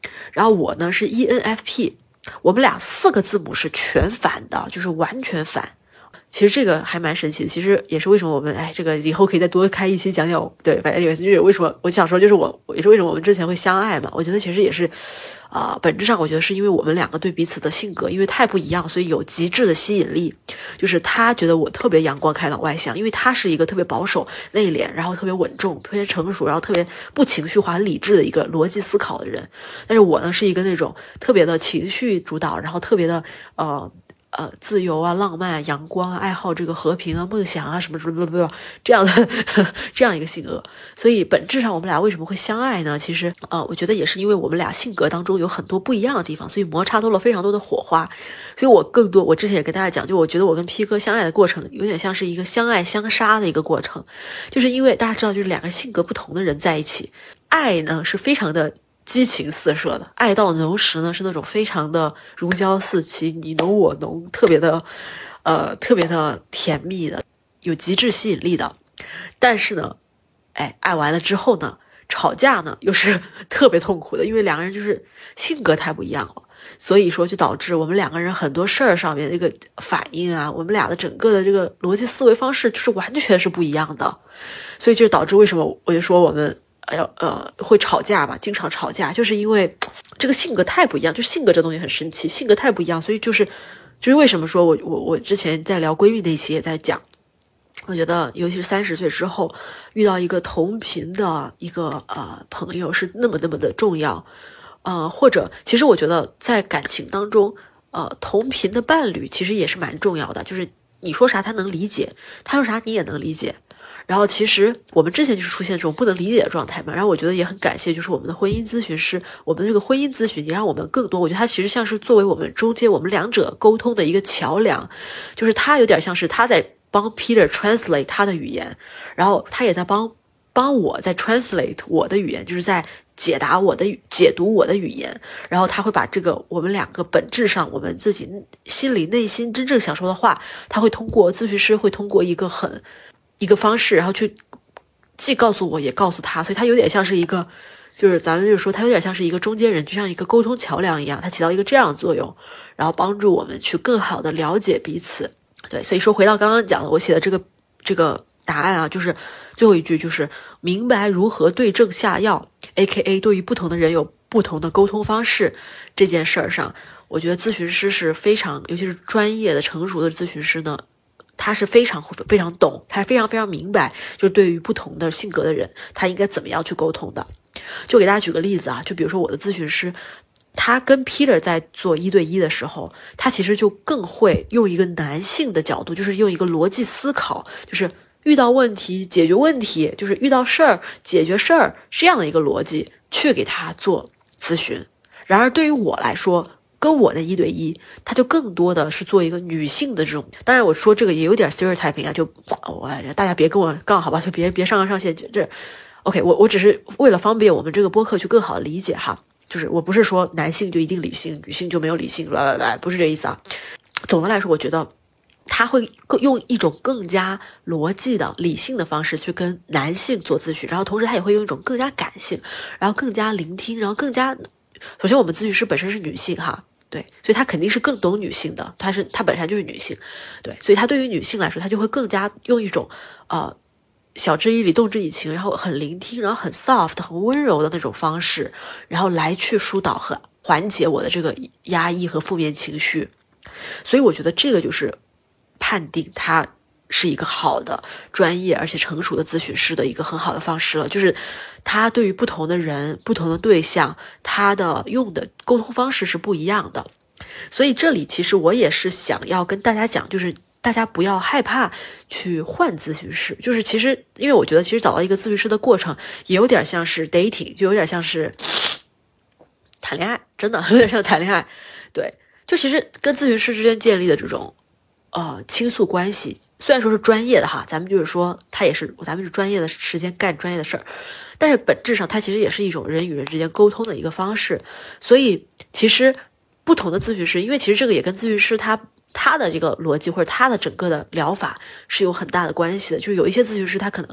然后我呢是 E N F P， 我们俩四个字母是全反的，就是完全反。其实这个还蛮神奇的，其实也是为什么我们哎，这个以后可以再多开一期讲讲。对，反正也是为什么我想说，就是我也是为什么我们之前会相爱嘛。我觉得其实也是，啊、呃，本质上我觉得是因为我们两个对彼此的性格因为太不一样，所以有极致的吸引力。就是他觉得我特别阳光开朗外向，因为他是一个特别保守内敛，然后特别稳重、特别成熟，然后特别不情绪化、理智的一个逻辑思考的人。但是我呢是一个那种特别的情绪主导，然后特别的呃。呃，自由啊，浪漫啊，阳光啊，爱好这个和平啊，梦想啊，什么什么什么这样的呵呵这样一个性格。所以本质上我们俩为什么会相爱呢？其实呃，我觉得也是因为我们俩性格当中有很多不一样的地方，所以摩擦多了非常多的火花。所以我更多，我之前也跟大家讲，就我觉得我跟 P 哥相爱的过程有点像是一个相爱相杀的一个过程，就是因为大家知道，就是两个性格不同的人在一起，爱呢是非常的激情四射的，爱到浓时呢是那种非常的如胶似漆，你侬我侬，特别的呃特别的甜蜜的，有极致吸引力的。但是呢哎，爱完了之后呢，吵架呢又是特别痛苦的，因为两个人就是性格太不一样了，所以说就导致我们两个人很多事儿上面这个反应啊，我们俩的整个的这个逻辑思维方式就是完全是不一样的。所以就导致为什么我就说我们呃呃会吵架嘛，经常吵架，就是因为这个性格太不一样。就性格这东西很神奇，性格太不一样，所以就是就是为什么说我我我之前在聊闺蜜那一期也在讲，我觉得尤其是三十岁之后遇到一个同频的一个呃朋友是那么那么的重要。呃或者其实我觉得在感情当中呃同频的伴侣其实也是蛮重要的，就是你说啥他能理解，他说啥你也能理解。然后其实我们之前就是出现这种不能理解的状态嘛，然后我觉得也很感谢就是我们的婚姻咨询师，我们的这个婚姻咨询也让我们更多，我觉得他其实像是作为我们中间我们两者沟通的一个桥梁，就是他有点像是他在帮 Peter translate 他的语言，然后他也在帮帮我在 translate 我的语言，就是在解答我的解读我的语言，然后他会把这个我们两个本质上我们自己心里内心真正想说的话，他会通过咨询师会通过一个很一个方式，然后去既告诉我也告诉他，所以他有点像是一个，就是咱们就说他有点像是一个中间人，就像一个沟通桥梁一样，他起到一个这样的作用，然后帮助我们去更好的了解彼此。对，所以说回到刚刚讲的我写的这个这个答案啊，就是最后一句就是明白如何对症下药 A K A 对于不同的人有不同的沟通方式这件事儿上，我觉得咨询师是非常，尤其是专业的成熟的咨询师呢，他是非常非常懂，他非常非常明白，就是对于不同的性格的人他应该怎么样去沟通的。就给大家举个例子啊，就比如说我的咨询师他跟 Peter 在做一对一的时候，他其实就更会用一个男性的角度，就是用一个逻辑思考，就是遇到问题解决问题，就是遇到事儿解决事儿这样的一个逻辑去给他做咨询。然而对于我来说，跟我的一对一，他就更多的是做一个女性的这种，当然我说这个也有点 stereotyping 啊，就我大家别跟我杠好吧，就别别上纲上线，这 OK， 我我只是为了方便我们这个播客去更好的理解哈，就是我不是说男性就一定理性，女性就没有理性，来来来，不是这意思啊。总的来说，我觉得他会用一种更加逻辑的理性的方式去跟男性做咨询，然后同时他也会用一种更加感性，然后更加聆听，然后更加，首先我们咨询师本身是女性哈，对，所以他肯定是更懂女性的，他是他本身就是女性，对，所以他对于女性来说，他就会更加用一种呃晓之以理动之以情，然后很聆听，然后很 soft 很温柔的那种方式，然后来去疏导和缓解我的这个压抑和负面情绪。所以我觉得这个就是判定他是一个好的专业而且成熟的咨询师的一个很好的方式了，就是他对于不同的人不同的对象，他的用的沟通方式是不一样的。所以这里其实我也是想要跟大家讲，就是大家不要害怕去换咨询师，就是其实因为我觉得其实找到一个咨询师的过程也有点像是 dating， 就有点像是谈恋爱，真的有点像谈恋爱。对，就其实跟咨询师之间建立的这种呃倾诉关系，虽然说是专业的哈，咱们就是说他也是咱们是专业的时间干专业的事儿，但是本质上它其实也是一种人与人之间沟通的一个方式。所以其实不同的咨询师，因为其实这个也跟咨询师他他的这个逻辑或者他的整个的疗法是有很大的关系的，就是有一些咨询师他可能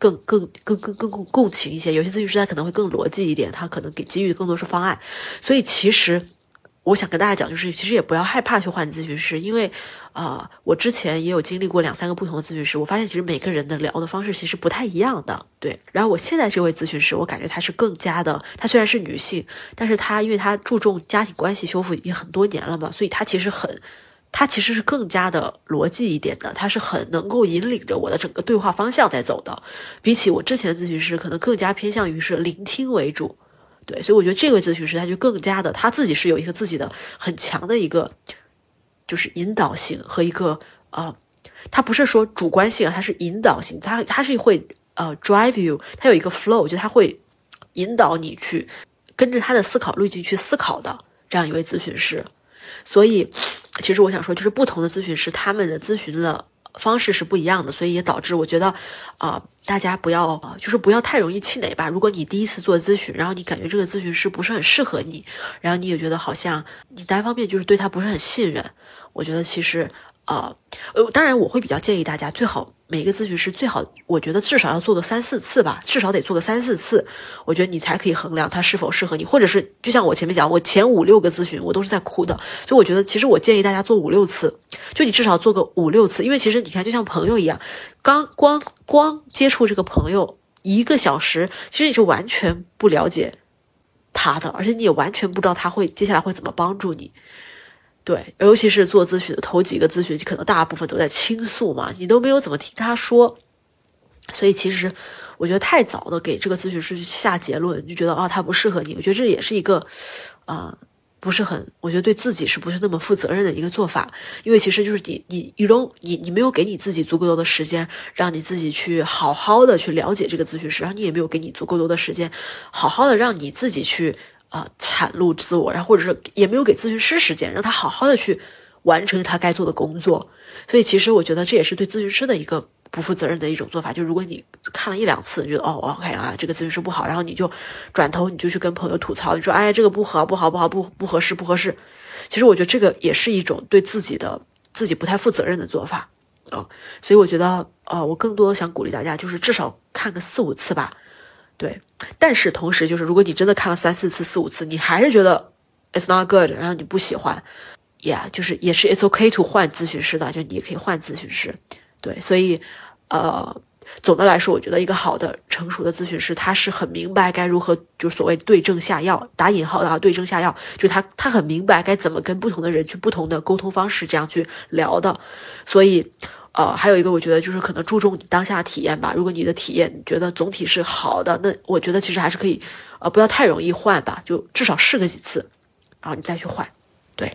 更更更更更共共情一些，有些咨询师他可能会更逻辑一点，他可能给给予的更多是方案。所以其实我想跟大家讲，就是其实也不要害怕去换咨询师，因为啊、呃，我之前也有经历过两三个不同的咨询师，我发现其实每个人的聊的方式其实不太一样的。对，然后我现在这位咨询师，我感觉她是更加的，她虽然是女性，但是她因为她注重家庭关系修复也很多年了嘛，所以她其实很。他其实是更加的逻辑一点的，他是很能够引领着我的整个对话方向在走的，比起我之前的咨询师可能更加偏向于是聆听为主。对，所以我觉得这位咨询师他就更加的，他自己是有一个自己的很强的一个就是引导性和一个呃，他不是说主观性啊，他是引导性，他他是会呃 drive you， 他有一个 flow， 就他会引导你去跟着他的思考路径去思考的这样一位咨询师。所以其实我想说，就是不同的咨询师他们的咨询的方式是不一样的，所以也导致我觉得啊、呃，大家不要、呃、就是不要太容易气馁吧。如果你第一次做咨询，然后你感觉这个咨询师不是很适合你，然后你也觉得好像你单方面就是对他不是很信任，我觉得其实呃呃，当然我会比较建议大家最好每个咨询师最好我觉得至少要做个三四次吧，至少得做个三四次，我觉得你才可以衡量他是否适合你。或者是就像我前面讲，我前五六个咨询我都是在哭的，所以我觉得其实我建议大家做五六次，就你至少做个五六次，因为其实你看就像朋友一样，刚光光接触这个朋友一个小时，其实你是完全不了解他的，而且你也完全不知道他会接下来会怎么帮助你。对，尤其是做咨询的头几个咨询，可能大部分都在倾诉嘛，你都没有怎么听他说，所以其实我觉得太早的给这个咨询师去下结论，就觉得啊他不适合你，我觉得这也是一个啊、呃、不是很，我觉得对自己是不是那么负责任的一个做法，因为其实就是你你你都你你没有给你自己足够多的时间，让你自己去好好的去了解这个咨询师，然后你也没有给你足够多的时间，好好的让你自己去。啊、呃，袒露自我，然后或者是也没有给咨询师时间，让他好好的去完成他该做的工作。所以其实我觉得这也是对咨询师的一个不负责任的一种做法。就如果你看了一两次，你觉得哦 ，OK 啊，这个咨询师不好，然后你就转头你就去跟朋友吐槽，你说哎，这个不好，不好，不好，不不合适，不合适。其实我觉得这个也是一种对自己的自己不太负责任的做法啊、哦。所以我觉得呃，我更多想鼓励大家，就是至少看个四五次吧。对，但是同时就是如果你真的看了三四次四五次，你还是觉得 it's not good， 然后你不喜欢 yeah 就是也是 it's okay to 换咨询师的，就你也可以换咨询师。对，所以呃总的来说我觉得一个好的成熟的咨询师他是很明白该如何就是所谓对症下药，打引号的啊，对症下药，就是他他很明白该怎么跟不同的人去不同的沟通方式这样去聊的。所以呃，还有一个我觉得就是可能注重你当下的体验吧。如果你的体验你觉得总体是好的，那我觉得其实还是可以，呃，不要太容易换吧，就至少试个几次，然后你再去换。对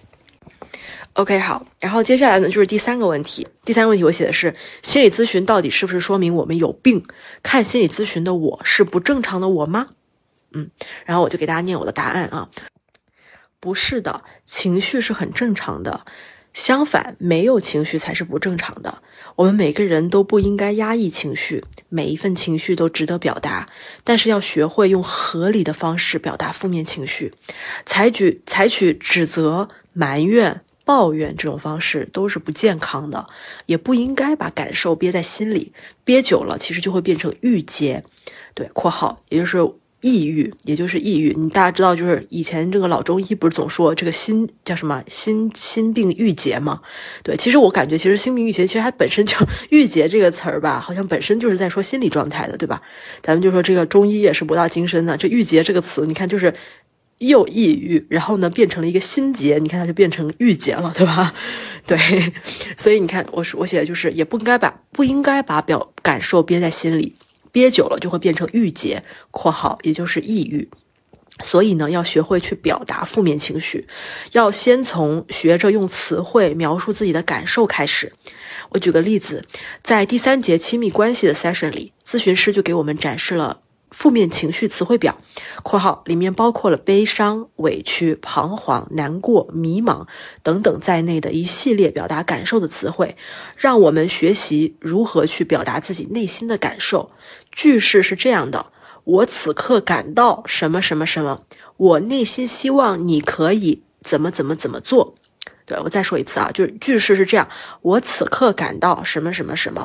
，OK 好。然后接下来呢就是第三个问题，第三个问题我写的是心理咨询到底是不是说明我们有病？看心理咨询的我是不正常的我吗？嗯，然后我就给大家念我的答案啊，不是的，情绪是很正常的。相反，没有情绪才是不正常的。我们每个人都不应该压抑情绪，每一份情绪都值得表达，但是要学会用合理的方式表达负面情绪。采取采取指责、埋怨、抱怨这种方式都是不健康的，也不应该把感受憋在心里，憋久了其实就会变成郁结。对，括号也就是抑郁，也就是抑郁。你大家知道，就是以前这个老中医不是总说这个心叫什么心心病郁结吗？对，其实我感觉其实心病郁结其实它本身就郁结这个词儿吧，好像本身就是在说心理状态的，对吧？咱们就说这个中医也是博大精深的，这郁结这个词，你看就是又抑郁，然后呢变成了一个心结，你看它就变成郁结了，对吧？对，所以你看我我写的就是也不应该把不应该把表感受憋在心里。憋久了就会变成郁结（括号也就是抑郁），所以呢，要学会去表达负面情绪，要先从学着用词汇描述自己的感受开始。我举个例子，在第三节亲密关系的 session 里，咨询师就给我们展示了负面情绪词汇表（括号里面包括了悲伤、委屈、彷徨、难过、迷茫等等在内的一系列表达感受的词汇），让我们学习如何去表达自己内心的感受。句式是这样的：我此刻感到什么什么什么，我内心希望你可以怎么怎么怎么做。对，我再说一次啊，就是句式是这样：我此刻感到什么什么什么，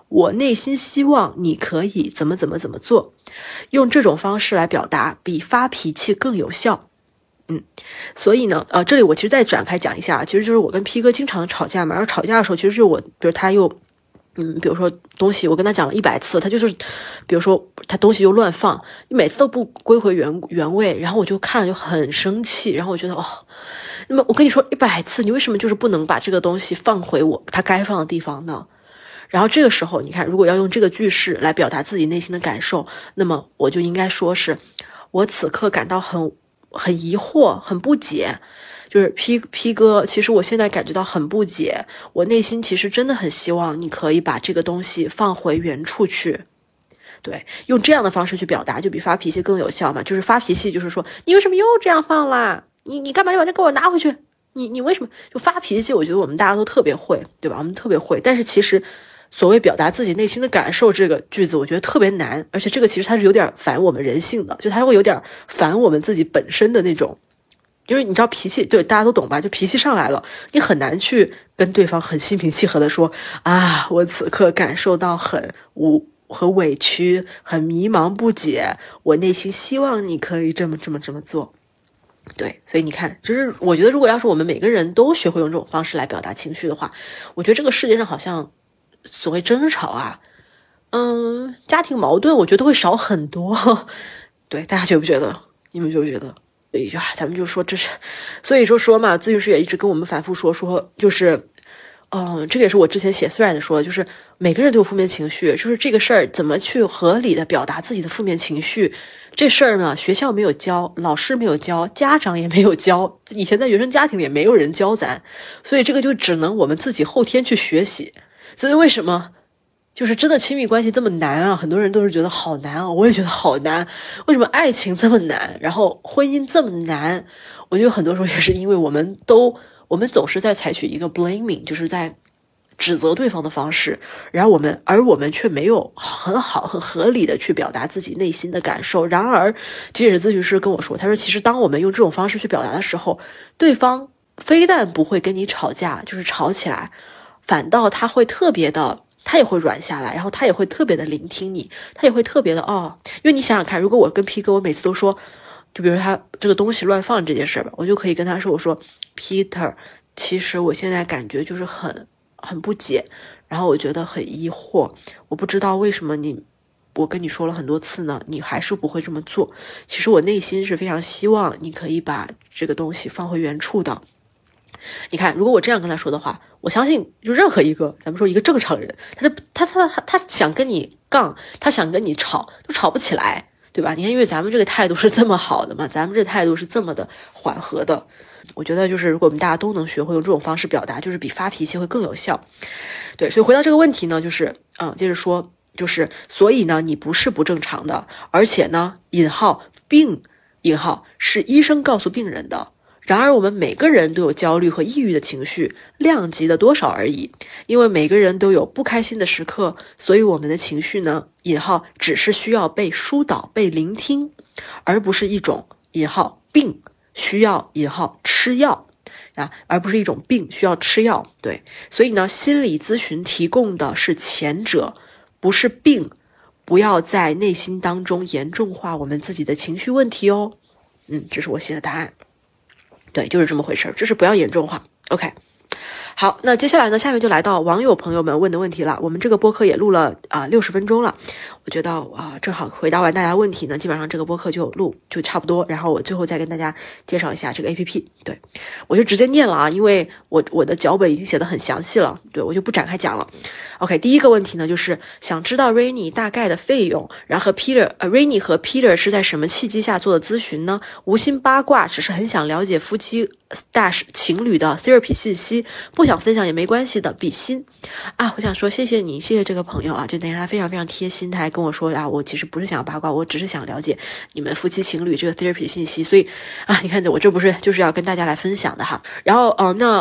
我内心希望你可以怎么怎么怎么做，用这种方式来表达比发脾气更有效。嗯，所以呢，呃，这里我其实再展开讲一下，其实就是我跟 P 哥经常吵架嘛，然后吵架的时候，其实就是我，比如他又，嗯，比如说东西我跟他讲了一百次，他就是，比如说他东西又乱放，每次都不归回原原位，然后我就看着就很生气，然后我觉得哦，那么我跟你说一百次，你为什么就是不能把这个东西放回我他该放的地方呢？然后这个时候，你看，如果要用这个句式来表达自己内心的感受，那么我就应该说是，我此刻感到很。很疑惑，很不解，就是 P P 哥，其实我现在感觉到很不解，我内心其实真的很希望你可以把这个东西放回原处去。对，用这样的方式去表达，就比发脾气更有效嘛。就是发脾气，就是说你为什么又这样放啦？你你干嘛要把这给我拿回去？你你为什么就发脾气？我觉得我们大家都特别会，对吧？我们特别会，但是其实。所谓表达自己内心的感受这个句子我觉得特别难，而且这个其实它是有点反我们人性的，就它会有点反我们自己本身的那种，因为你知道脾气，对，大家都懂吧，就脾气上来了，你很难去跟对方很心平气和的说啊，我此刻感受到很无很委屈，很迷茫不解，我内心希望你可以这么这么这么做。对，所以你看，就是我觉得如果要是我们每个人都学会用这种方式来表达情绪的话，我觉得这个世界上好像所谓争吵啊，嗯，家庭矛盾我觉得会少很多。对，大家觉不觉得？你们觉不觉得？所以啊，咱们就说这是，所以说说嘛，咨询师也一直跟我们反复说说，就是嗯，这个也是我之前写 thread 说，就是每个人都有负面情绪，就是这个事儿怎么去合理的表达自己的负面情绪，这事儿呢，学校没有教，老师没有教，家长也没有教，以前在原生家庭里也没有人教咱，所以这个就只能我们自己后天去学习。所以为什么就是真的亲密关系这么难啊？很多人都是觉得好难啊，我也觉得好难。为什么爱情这么难？然后婚姻这么难？我觉得很多时候也是因为我们都我们总是在采取一个 blaming， 就是在指责对方的方式，然后我们而我们却没有很好很合理的去表达自己内心的感受。然而即使咨询师跟我说，他说其实当我们用这种方式去表达的时候，对方非但不会跟你吵架，就是吵起来，反倒他会特别的他也会软下来，然后他也会特别的聆听你，他也会特别的哦，因为你想想看，如果我跟 P 哥我每次都说，就比如他这个东西乱放这件事吧，我就可以跟他说，我说 Peter， 其实我现在感觉就是很很不解，然后我觉得很疑惑，我不知道为什么你我跟你说了很多次呢，你还是不会这么做。其实我内心是非常希望你可以把这个东西放回原处的。你看，如果我这样跟他说的话，我相信就任何一个咱们说一个正常人，他他他他他想跟你杠，他想跟你吵，都吵不起来，对吧？你看，因为咱们这个态度是这么好的嘛，咱们这态度是这么的缓和的。我觉得就是如果我们大家都能学会用这种方式表达，就是比发脾气会更有效。对，所以回到这个问题呢，就是嗯，接着说，就是所以呢，你不是不正常的，而且呢，引号病引号是医生告诉病人的。然而我们每个人都有焦虑和抑郁的情绪，量级的多少而已。因为每个人都有不开心的时刻，所以我们的情绪呢，引号只是需要被疏导、被聆听，而不是一种引号病需要引号吃药啊，而不是一种病需要吃药。对，所以呢，心理咨询提供的是前者，不是病。不要在内心当中严重化我们自己的情绪问题哦。嗯，这是我写的答案。对，就是这么回事，就是不要严重化。OK， 好，那接下来呢，下面就来到网友朋友们问的问题了。我们这个播客也录了啊六十分钟了，我觉得啊、呃、正好回答完大家问题呢，基本上这个播客就录就差不多。然后我最后再跟大家介绍一下这个 A P P。对，我就直接念了啊，因为我我的脚本已经写得很详细了，对，我就不展开讲了。OK， 第一个问题呢，就是想知道 Rainy 大概的费用，然后和 Peter 呃 Rainy 和 Peter 是在什么契机下做的咨询呢？无心八卦，只是很想了解夫妻 dash 情侣的 therapy 信息，不想分享也没关系的，比心啊！我想说谢谢你，谢谢这个朋友啊，就等于他非常非常贴心，他还跟我说啊，我其实不是想八卦，我只是想了解你们夫妻情侣这个 therapy 信息，所以啊，你看我这不是就是要跟大家来分享的哈。然后呃，那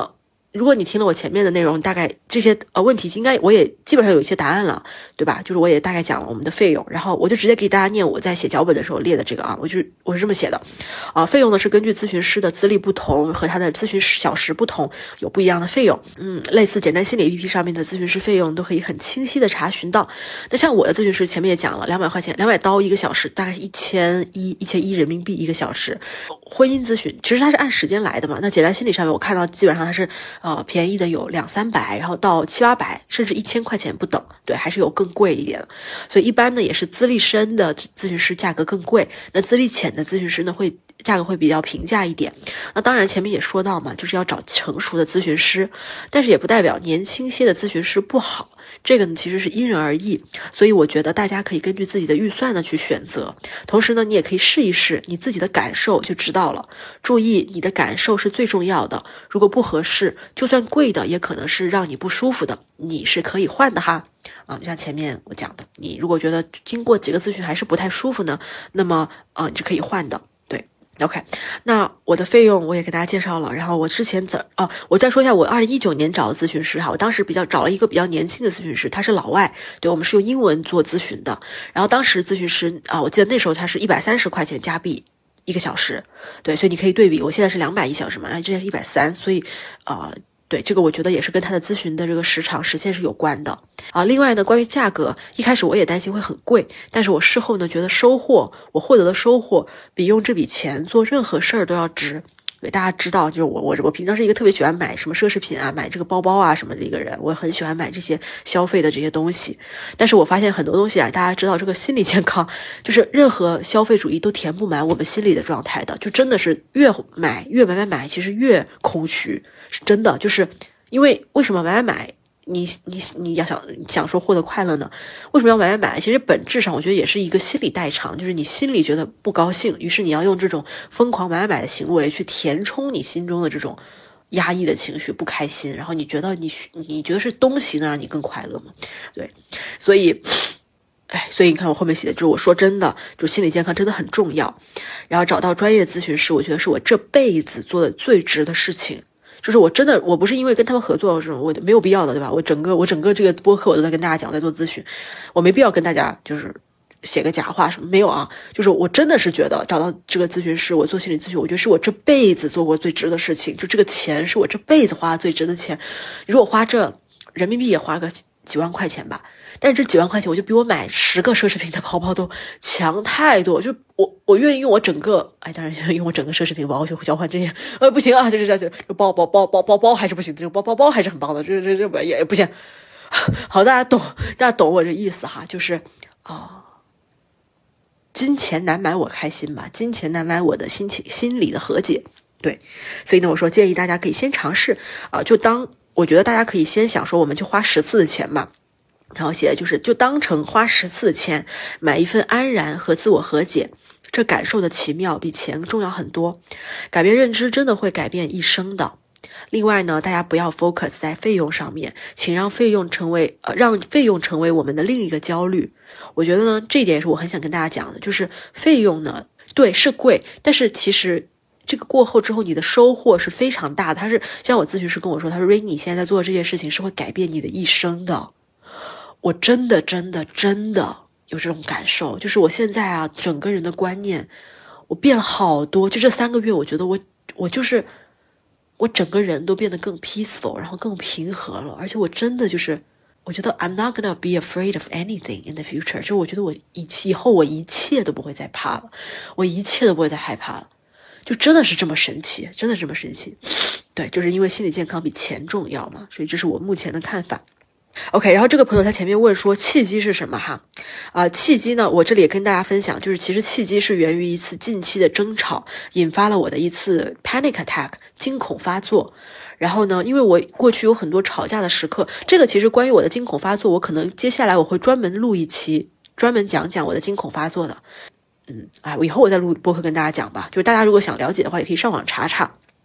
如果你听了我前面的内容，大概这些呃问题应该我也基本上有一些答案了，对吧？就是我也大概讲了我们的费用，然后我就直接给大家念我在写脚本的时候列的这个啊，我就我是这么写的啊，费用呢是根据咨询师的资历不同和他的咨询小时不同有不一样的费用，嗯，类似简单心理 A P P 上面的咨询师费用都可以很清晰的查询到。那像我的咨询师前面也讲了，两百块钱，两百刀一个小时，大概一千一一千一人民币一个小时。婚姻咨询其实它是按时间来的嘛，那简单心理上面我看到基本上它是呃便宜的有两三百，然后到七八百甚至一千块钱不等，对，还是有更贵一点的。所以一般呢也是资历深的咨询师价格更贵，那资历浅的咨询师呢会价格会比较平价一点。那当然前面也说到嘛，就是要找成熟的咨询师，但是也不代表年轻些的咨询师不好，这个呢其实是因人而异，所以我觉得大家可以根据自己的预算呢去选择，同时呢你也可以试一试，你自己的感受就知道了。注意你的感受是最重要的，如果不合适，就算贵的也可能是让你不舒服的，你是可以换的哈。啊，就像前面我讲的，你如果觉得经过几个咨询还是不太舒服呢，那么啊你是可以换的。OK， 那我的费用我也给大家介绍了，然后我之前在哦，我再说一下我二零一九年找的咨询师哈，我当时比较找了一个比较年轻的咨询师，他是老外，对，我们是用英文做咨询的，然后当时咨询师啊，我记得那时候他是一百三十块钱加币一个小时，对，所以你可以对比，我现在是两百一小时嘛，之前是一百三，所以啊。呃对，这个我觉得也是跟他的咨询的这个时长时限是有关的啊。另外呢，关于价格，一开始我也担心会很贵，但是我事后呢觉得收获，我获得的收获比用这笔钱做任何事儿都要值。对，大家知道，就是我我我平常是一个特别喜欢买什么奢侈品啊，买这个包包啊什么的一个人，我很喜欢买这些消费的这些东西。但是我发现很多东西啊，大家知道这个心理健康，就是任何消费主义都填不满我们心理的状态的，就真的是越买越买买买，其实越空虚，是真的。就是因为为什么买买买？你你你要想想说获得快乐呢？为什么要买买买？其实本质上我觉得也是一个心理代偿，就是你心里觉得不高兴，于是你要用这种疯狂买买买的行为去填充你心中的这种压抑的情绪、不开心，然后你觉得你你觉得是东西能让你更快乐吗？对，所以。哎，所以你看我后面写的就是我说真的，就心理健康真的很重要。然后找到专业的咨询师，我觉得是我这辈子做的最值的事情。就是我真的，我不是因为跟他们合作这种，我没有必要的，对吧？我整个我整个这个播客我都在跟大家讲，在做咨询，我没必要跟大家就是写个假话什么没有啊。就是我真的是觉得找到这个咨询师，我做心理咨询，我觉得是我这辈子做过最值的事情。就这个钱是我这辈子花最值的钱，如果花这人民币也花个几万块钱吧，但是这几万块钱我就比我买十个奢侈品的包包都强太多。就我我愿意用我整个，哎，当然用我整个奢侈品包去交换这些，呃，不行啊，这这这这包包包包包包还是不行，这个包包包还是很棒的，这这这也不行。好，大家懂，大家懂我这意思哈，就是啊、呃，金钱难买我开心吧，金钱难买我的心情心理的和解。对，所以呢，我说建议大家可以先尝试啊、呃，就当我觉得大家可以先想说，我们就花十次的钱嘛。然后写的就是就当成花十次的钱买一份安然和自我和解，这感受的奇妙比钱重要很多，改变认知真的会改变一生的。另外呢，大家不要 focus 在费用上面，请让费用成为呃让费用成为我们的另一个焦虑。我觉得呢，这一点也是我很想跟大家讲的，就是费用呢，对是贵，但是其实这个过后之后，你的收获是非常大的。他是像我咨询师跟我说，他说 Ray， 你现在在做这件事情是会改变你的一生的。我真的真的真的有这种感受，就是我现在啊，整个人的观念我变了好多。就这三个月，我觉得我我就是我整个人都变得更 peaceful， 然后更平和了。而且我真的就是我觉得 I'm not gonna be afraid of anything in the future， 就我觉得我以以后我一切都不会再怕了，我一切都不会再害怕了，就真的是这么神奇，真的是这么神奇。对，就是因为心理健康比钱重要嘛，所以这是我目前的看法。OK， 然后这个朋友他前面问说契机是什么哈？啊、呃，契机呢，我这里也跟大家分享，就是其实契机是源于一次近期的争吵，引发了我的一次 panic attack 惊恐发作。然后呢，因为我过去有很多吵架的时刻，这个其实关于我的惊恐发作，我可能接下来我会专门录一期，专门讲讲我的惊恐发作的。嗯，啊，我以后我再录播客跟大家讲吧。就是大家如果想了解的话，也可以上网查查。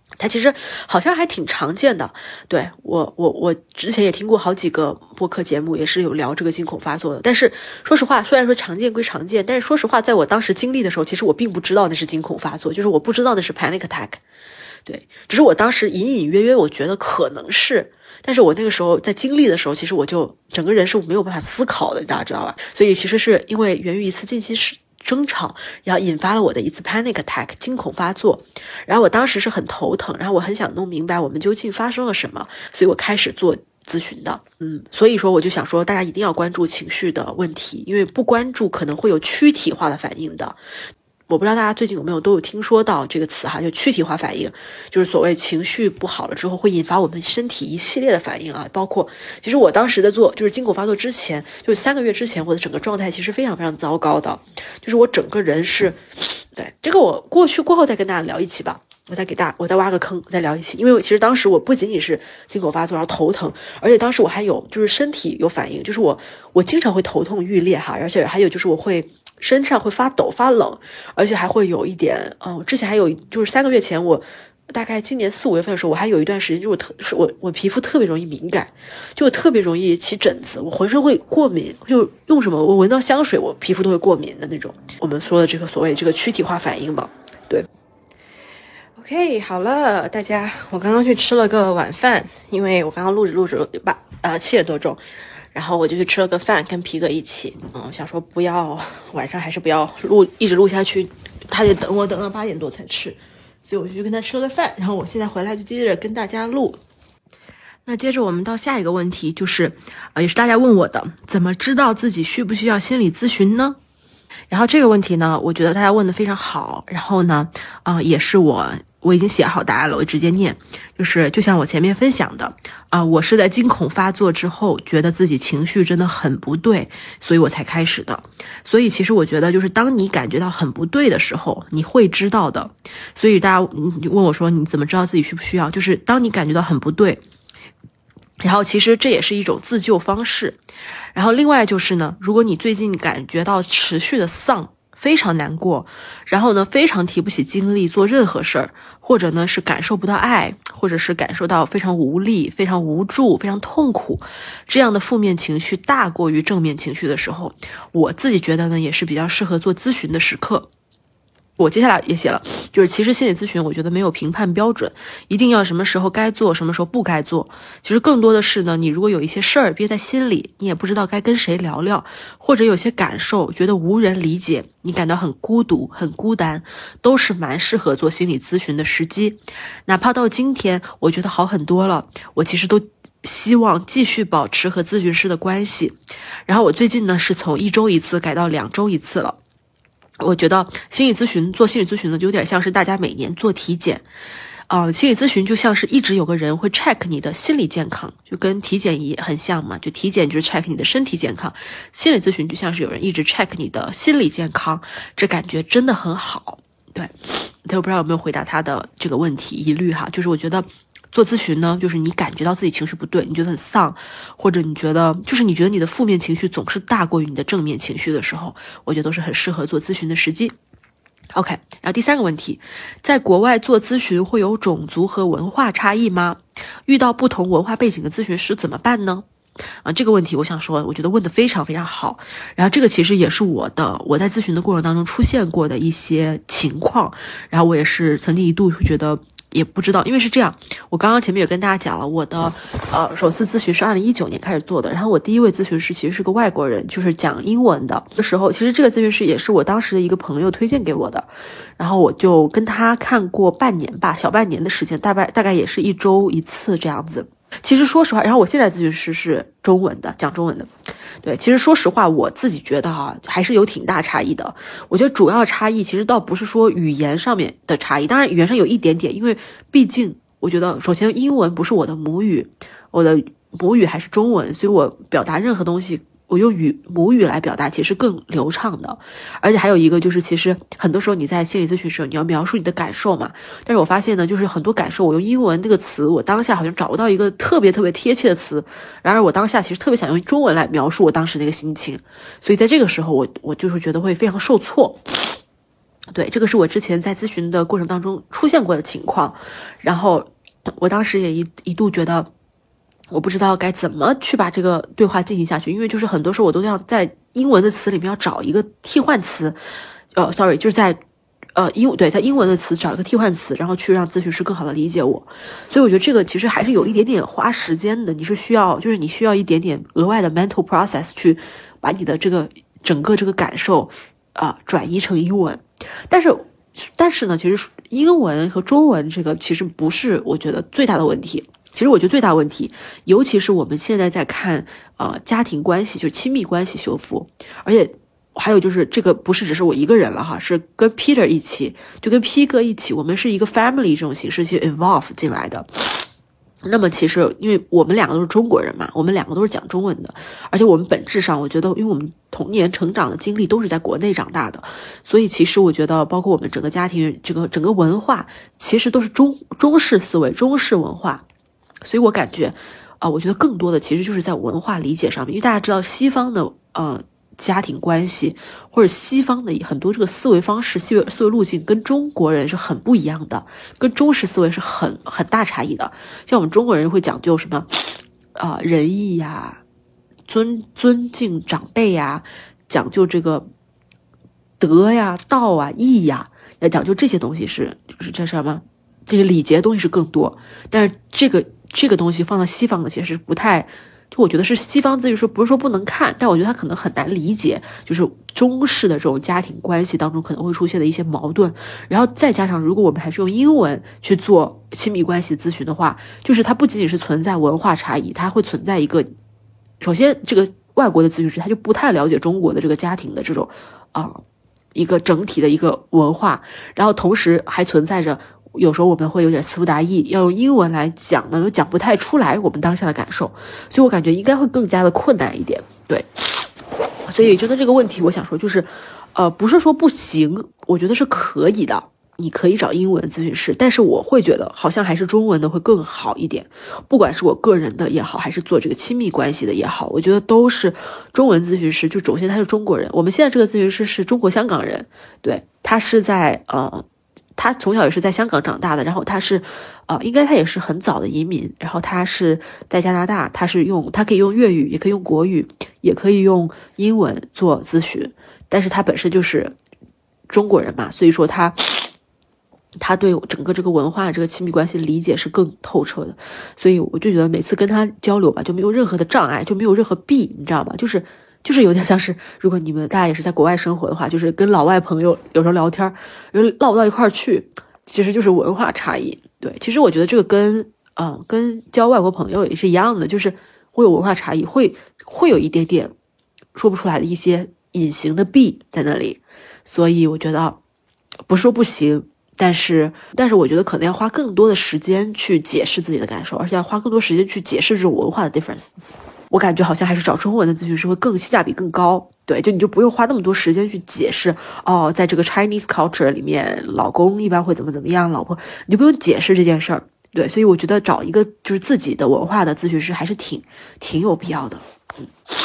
它其实好像还挺常见的。对，我我我之前也听过好几个播客节目，也是有聊这个惊恐发作的。但是说实话，虽然说常见归常见，但是说实话，在我当时经历的时候，其实我并不知道那是惊恐发作，就是我不知道那是 panic attack。对，只是我当时隐隐约约我觉得可能是，但是我那个时候在经历的时候，其实我就整个人是没有办法思考的，大家知道吧？所以其实是因为源于一次近期是争吵，然后引发了我的一次 panic attack 惊恐发作，然后我当时是很头疼，然后我很想弄明白我们究竟发生了什么，所以我开始做咨询的。嗯，所以说我就想说大家一定要关注情绪的问题，因为不关注可能会有躯体化的反应的。我不知道大家最近有没有都有听说到这个词哈，就躯体化反应，就是所谓情绪不好了之后会引发我们身体一系列的反应啊，包括其实我当时在做就是惊恐发作之前，就是三个月之前，我的整个状态其实非常非常糟糕的，就是我整个人是，对，这个我过去过后再跟大家聊一期吧，我再给大我再挖个坑再聊一期，因为其实当时我不仅仅是惊恐发作然后头疼，而且当时我还有就是身体有反应，就是我我经常会头痛欲裂哈，而且还有就是我会身上会发抖发冷，而且还会有一点嗯，之前还有就是三个月前我大概今年四五月份的时候，我还有一段时间就是我特是我我皮肤特别容易敏感，就我特别容易起疹子，我浑身会过敏，就用什么我闻到香水我皮肤都会过敏的那种，我们说的这个所谓这个躯体化反应嘛。对， OK 好了，大家我刚刚去吃了个晚饭，因为我刚刚录着录着八呃七点多钟，然后我就去吃了个饭，跟皮哥一起，嗯，想说不要晚上还是不要录一直录下去，他就等我等到八点多才吃，所以我就去跟他吃了个饭，然后我现在回来就接着跟大家录。那接着我们到下一个问题，就是呃也是大家问我的，怎么知道自己需不需要心理咨询呢？然后这个问题呢，我觉得大家问的非常好，然后呢，啊、呃，也是我我已经写好答案了，我直接念，就是就像我前面分享的，啊、呃，我是在惊恐发作之后，觉得自己情绪真的很不对，所以我才开始的。所以其实我觉得，就是当你感觉到很不对的时候，你会知道的。所以大家问我说，你怎么知道自己需不需要？就是当你感觉到很不对。然后其实这也是一种自救方式。然后另外就是呢，如果你最近感觉到持续的丧，非常难过，然后呢非常提不起精力做任何事儿，或者呢是感受不到爱，或者是感受到非常无力、非常无助、非常痛苦，这样的负面情绪大过于正面情绪的时候，我自己觉得呢也是比较适合做咨询的时刻。我接下来也写了，就是其实心理咨询我觉得没有评判标准，一定要什么时候该做什么时候不该做，其实更多的是呢，你如果有一些事儿憋在心里，你也不知道该跟谁聊聊，或者有些感受觉得无人理解，你感到很孤独很孤单，都是蛮适合做心理咨询的时机。哪怕到今天我觉得好很多了，我其实都希望继续保持和咨询师的关系。然后我最近呢是从一周一次改到两周一次了。我觉得心理咨询做心理咨询呢，就有点像是大家每年做体检，呃，心理咨询就像是一直有个人会 check 你的心理健康，就跟体检也很像嘛，就体检就是 check 你的身体健康，心理咨询就像是有人一直 check 你的心理健康，这感觉真的很好。对，但我不知道有没有回答他的这个问题疑虑哈，就是我觉得做咨询呢，就是你感觉到自己情绪不对，你觉得很丧，或者你觉得就是你觉得你的负面情绪总是大过于你的正面情绪的时候，我觉得都是很适合做咨询的时机。OK， 然后第三个问题，在国外做咨询会有种族和文化差异吗？遇到不同文化背景的咨询师怎么办呢？啊，这个问题我想说，我觉得问得非常非常好。然后这个其实也是我的我在咨询的过程当中出现过的一些情况，然后我也是曾经一度觉得也不知道，因为是这样，我刚刚前面也跟大家讲了，我的呃首次咨询是二零一九年开始做的，然后我第一位咨询师其实是个外国人，就是讲英文的的时候，其实这个咨询师也是我当时的一个朋友推荐给我的，然后我就跟他看过半年吧，小半年的时间，大概大概也是一周一次这样子。其实说实话，然后我现在咨询师是中文的，讲中文的。对，其实说实话，我自己觉得哈、啊，还是有挺大差异的。我觉得主要差异其实倒不是说语言上面的差异，当然语言上有一点点，因为毕竟我觉得首先英文不是我的母语，我的母语还是中文，所以我表达任何东西我用语母语来表达其实更流畅的。而且还有一个就是其实很多时候你在心理咨询时候你要描述你的感受嘛，但是我发现呢，就是很多感受我用英文这个词我当下好像找不到一个特别特别贴切的词，然而我当下其实特别想用中文来描述我当时那个心情，所以在这个时候我我就是觉得会非常受挫。 对，这个是我之前在咨询的过程当中出现过的情况，然后我当时也一一度觉得我不知道该怎么去把这个对话进行下去，因为就是很多时候我都要在英文的词里面要找一个替换词，呃 ，sorry， 就是在呃英对在英文的词找一个替换词，然后去让咨询师更好的理解我。所以我觉得这个其实还是有一点点花时间的，你是需要就是你需要一点点额外的 mental process 去把你的这个整个这个感受啊、呃、转移成英文。但是但是呢，其实英文和中文这个其实不是我觉得最大的问题。其实我觉得最大问题，尤其是我们现在在看呃家庭关系，就是亲密关系修复，而且还有就是这个不是只是我一个人了哈，是跟 Peter 一起，就跟 P 哥一起，我们是一个 family 这种形式去 involve 进来的。那么其实因为我们两个都是中国人嘛，我们两个都是讲中文的，而且我们本质上我觉得因为我们童年成长的经历都是在国内长大的，所以其实我觉得包括我们整个家庭这个整个文化其实都是中中式思维中式文化。所以我感觉啊、呃，我觉得更多的其实就是在文化理解上面，因为大家知道西方的呃家庭关系或者西方的很多这个思维方式思维思维路径跟中国人是很不一样的，跟中式思维是很很大差异的。像我们中国人会讲究什么啊、呃、仁义呀，尊尊敬长辈呀，讲究这个德呀道啊义呀，要讲究这些东西是就是这什么这个礼节的东西是更多。但是这个这个东西放到西方的其实不太，就我觉得是西方自己说不是说不能看，但我觉得他可能很难理解，就是中式的这种家庭关系当中可能会出现的一些矛盾。然后再加上如果我们还是用英文去做亲密关系咨询的话，就是它不仅仅是存在文化差异，它会存在一个，首先这个外国的咨询师他就不太了解中国的这个家庭的这种啊、呃、一个整体的一个文化，然后同时还存在着有时候我们会有点词不达意，要用英文来讲呢又讲不太出来我们当下的感受，所以我感觉应该会更加的困难一点。对，所以针对这个问题我想说就是呃，不是说不行，我觉得是可以的，你可以找英文咨询师，但是我会觉得好像还是中文的会更好一点，不管是我个人的也好，还是做这个亲密关系的也好，我觉得都是中文咨询师，就首先他是中国人，我们现在这个咨询师是中国香港人，对，他是在呃他从小也是在香港长大的，然后他是呃应该他也是很早的移民，然后他是在加拿大，他是用他可以用粤语，也可以用国语，也可以用英文做咨询，但是他本身就是中国人嘛，所以说他他对整个这个文化这个亲密关系的理解是更透彻的，所以我就觉得每次跟他交流吧就没有任何的障碍，就没有任何弊，你知道吗？就是就是有点像是如果你们大家也是在国外生活的话，就是跟老外朋友有时候聊天然后唠不到一块儿去，其实就是文化差异。对，其实我觉得这个跟嗯跟交外国朋友也是一样的，就是会有文化差异，会会有一点点说不出来的一些隐形的弊在那里，所以我觉得不是说不行，但是但是我觉得可能要花更多的时间去解释自己的感受，而且要花更多时间去解释这种文化的 difference。我感觉好像还是找中文的咨询师会更性价比更高，对，就你就不用花那么多时间去解释哦，在这个 Chinese culture 里面，老公一般会怎么怎么样，老婆你就不用解释这件事儿，对，所以我觉得找一个就是自己的文化的咨询师还是挺挺有必要的。嗯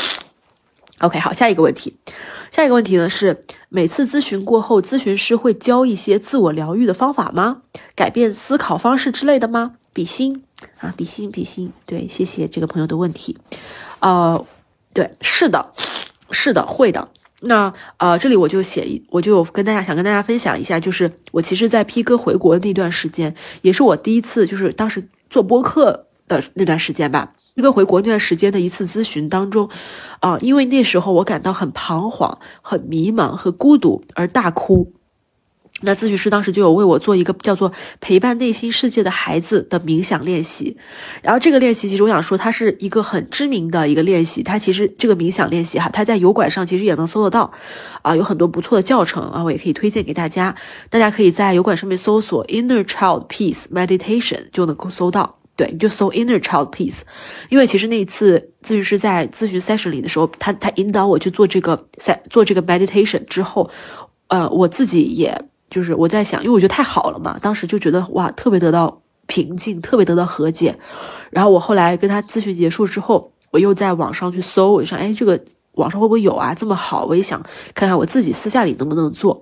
，OK， 好，下一个问题，下一个问题呢是每次咨询过后，咨询师会教一些自我疗愈的方法吗？改变思考方式之类的吗？比心啊，比心比心，对，谢谢这个朋友的问题。呃，对，是的，是的，会的。那呃，这里我就写，我就跟大家想跟大家分享一下，就是我其实，在 P 哥回国的那段时间，也是我第一次，就是当时做播客的那段时间吧。P 哥回国那段时间的一次咨询当中，啊、呃，因为那时候我感到很彷徨、很迷茫和孤独而大哭。那咨询师当时就有为我做一个叫做陪伴内心世界的孩子的冥想练习，然后这个练习其实我想说它是一个很知名的一个练习，它其实这个冥想练习哈，它在油管上其实也能搜得到啊，有很多不错的教程啊，我也可以推荐给大家，大家可以在油管上面搜索 Inner Child Peace Meditation 就能够搜到，对，你就搜 Inner Child Peace， 因为其实那一次咨询师在咨询 session 里的时候，他他引导我去做这个做这个 meditation 之后，呃，我自己也就是我在想，因为我觉得太好了嘛，当时就觉得哇，特别得到平静，特别得到和解。然后我后来跟他咨询结束之后，我又在网上去搜，我就想，哎，这个网上会不会有啊？这么好，我也想看看我自己私下里能不能做。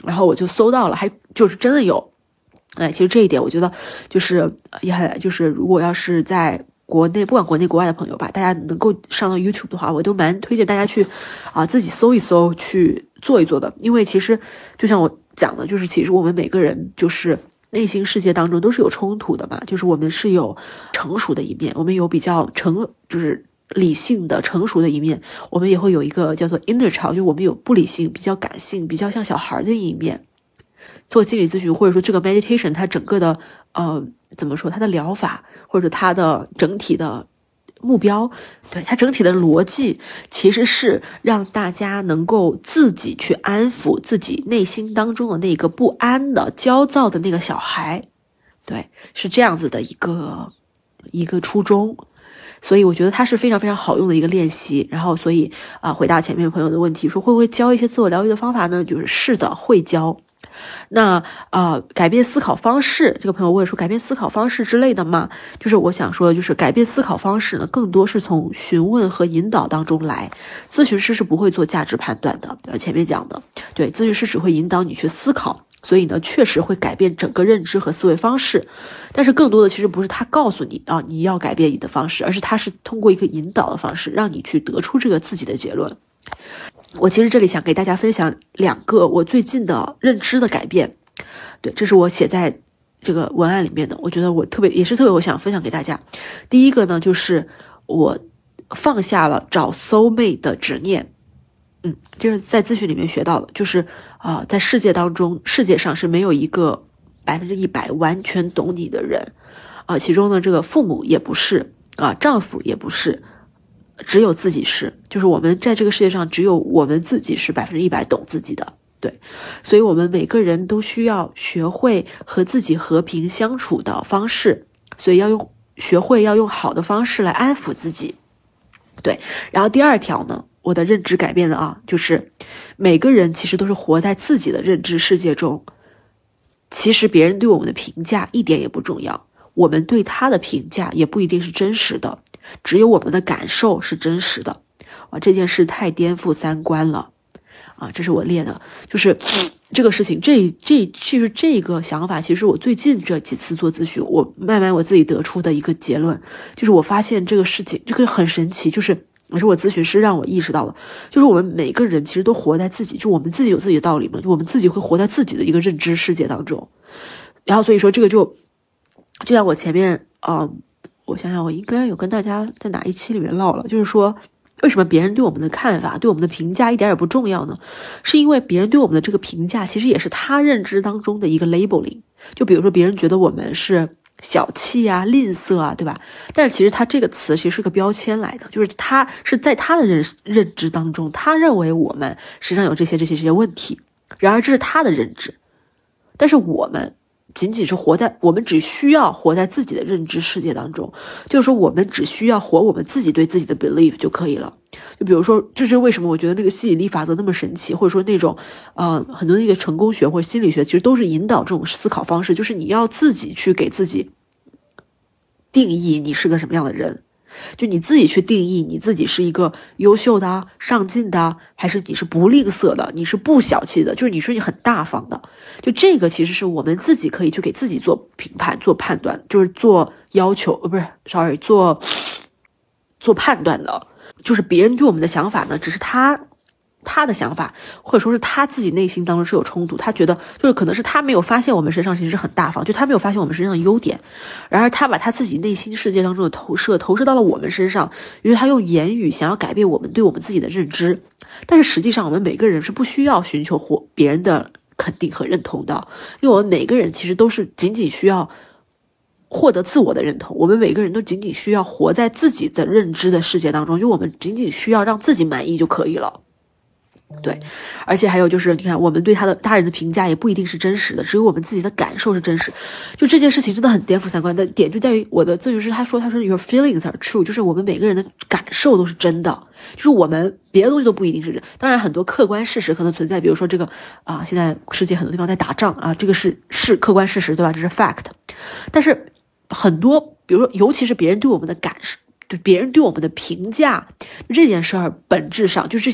然后我就搜到了，还就是真的有。哎，其实这一点我觉得就是也很就是如果要是在国内，不管国内国外的朋友吧，大家能够上到 YouTube 的话，我都蛮推荐大家去啊自己搜一搜，去做一做的。因为其实就像我讲的，就是其实我们每个人就是内心世界当中都是有冲突的嘛，就是我们是有成熟的一面，我们有比较成就是理性的成熟的一面，我们也会有一个叫做 inner child， 就我们有不理性、比较感性、比较像小孩的一面。做心理咨询或者说这个 meditation 它整个的呃怎么说它的疗法或者它的整体的目标，对它整体的逻辑其实是让大家能够自己去安抚自己内心当中的那个不安的焦躁的那个小孩，对，是这样子的一个一个初衷。所以我觉得它是非常非常好用的一个练习。然后所以啊、呃，回答前面朋友的问题说会不会教一些自我疗愈的方法呢？就是是的，会教。那呃，改变思考方式，这个朋友问说改变思考方式之类的吗？就是我想说，就是改变思考方式呢，更多是从询问和引导当中来。咨询师是不会做价值判断的，呃，前面讲的，对，咨询师只会引导你去思考，所以呢，确实会改变整个认知和思维方式。但是更多的其实不是他告诉你啊，你要改变你的方式，而是他是通过一个引导的方式，让你去得出这个自己的结论。我其实这里想给大家分享两个我最近的认知的改变，对，这是我写在这个文案里面的，我觉得我特别也是特别我想分享给大家。第一个呢，就是我放下了找 soul mate 的执念，嗯，这是在咨询里面学到的，就是啊、呃，在世界当中，世界上是没有一个百分之一百完全懂你的人，啊、呃，其中呢，这个父母也不是啊、呃，丈夫也不是。只有自己是，就是我们在这个世界上只有我们自己是百分之一百懂自己的，对，所以我们每个人都需要学会和自己和平相处的方式，所以要用学会要用好的方式来安抚自己，对。然后第二条呢，我的认知改变的啊，就是每个人其实都是活在自己的认知世界中，其实别人对我们的评价一点也不重要，我们对他的评价也不一定是真实的。只有我们的感受是真实的，啊，这件事太颠覆三观了，啊，这是我列的，就是这个事情，这这其实这个想法，其实我最近这几次做咨询，我慢慢我自己得出的一个结论，就是我发现这个事情这个很神奇，就是也是我咨询师让我意识到了，就是我们每个人其实都活在自己，就我们自己有自己的道理嘛，就我们自己会活在自己的一个认知世界当中，然后所以说这个就就像我前面嗯。呃我想想，我应该有跟大家在哪一期里面唠了，就是说，为什么别人对我们的看法、对我们的评价一点也不重要呢？是因为别人对我们的这个评价，其实也是他认知当中的一个 labeling。就比如说，别人觉得我们是小气啊、吝啬啊，对吧？但是其实他这个词其实是个标签来的，就是他是在他的认认知当中，他认为我们实际上有这些、这些、这些问题。然而这是他的认知，但是我们。仅仅是活在我们只需要活在自己的认知世界当中，就是说我们只需要活我们自己对自己的 belief 就可以了。就比如说，就是为什么我觉得那个吸引力法则那么神奇，或者说那种呃很多那个成功学或者心理学其实都是引导这种思考方式，就是你要自己去给自己定义你是个什么样的人。就你自己去定义你自己是一个优秀的、上进的，还是你是不吝啬的，你是不小气的，就是你说你很大方的，就这个其实是我们自己可以去给自己做评判、做判断，就是做要求，呃，不是 ，sorry， 做做判断的。就是别人对我们的想法呢，只是他他的想法，或者说是他自己内心当中是有冲突，他觉得就是可能是他没有发现我们身上其实很大方，就他没有发现我们身上的优点，然而他把他自己内心世界当中的投射投射到了我们身上，因为他用言语想要改变我们对我们自己的认知，但是实际上我们每个人是不需要寻求或别人的肯定和认同的，因为我们每个人其实都是仅仅需要获得自我的认同，我们每个人都仅仅需要活在自己的认知的世界当中，就我们仅仅需要让自己满意就可以了。对，而且还有就是，你看，我们对他的他人的评价也不一定是真实的，只有我们自己的感受是真实。就这件事情真的很颠覆三观的点就在于，我的咨询师他说，他说 your feelings are true， 就是我们每个人的感受都是真的，就是我们别的东西都不一定是真。当然，很多客观事实可能存在，比如说这个啊，现在世界很多地方在打仗啊，这个是是客观事实，对吧？这是 fact。但是很多，比如说，尤其是别人对我们的感受。对别人对我们的评价这件事儿，本质上就这些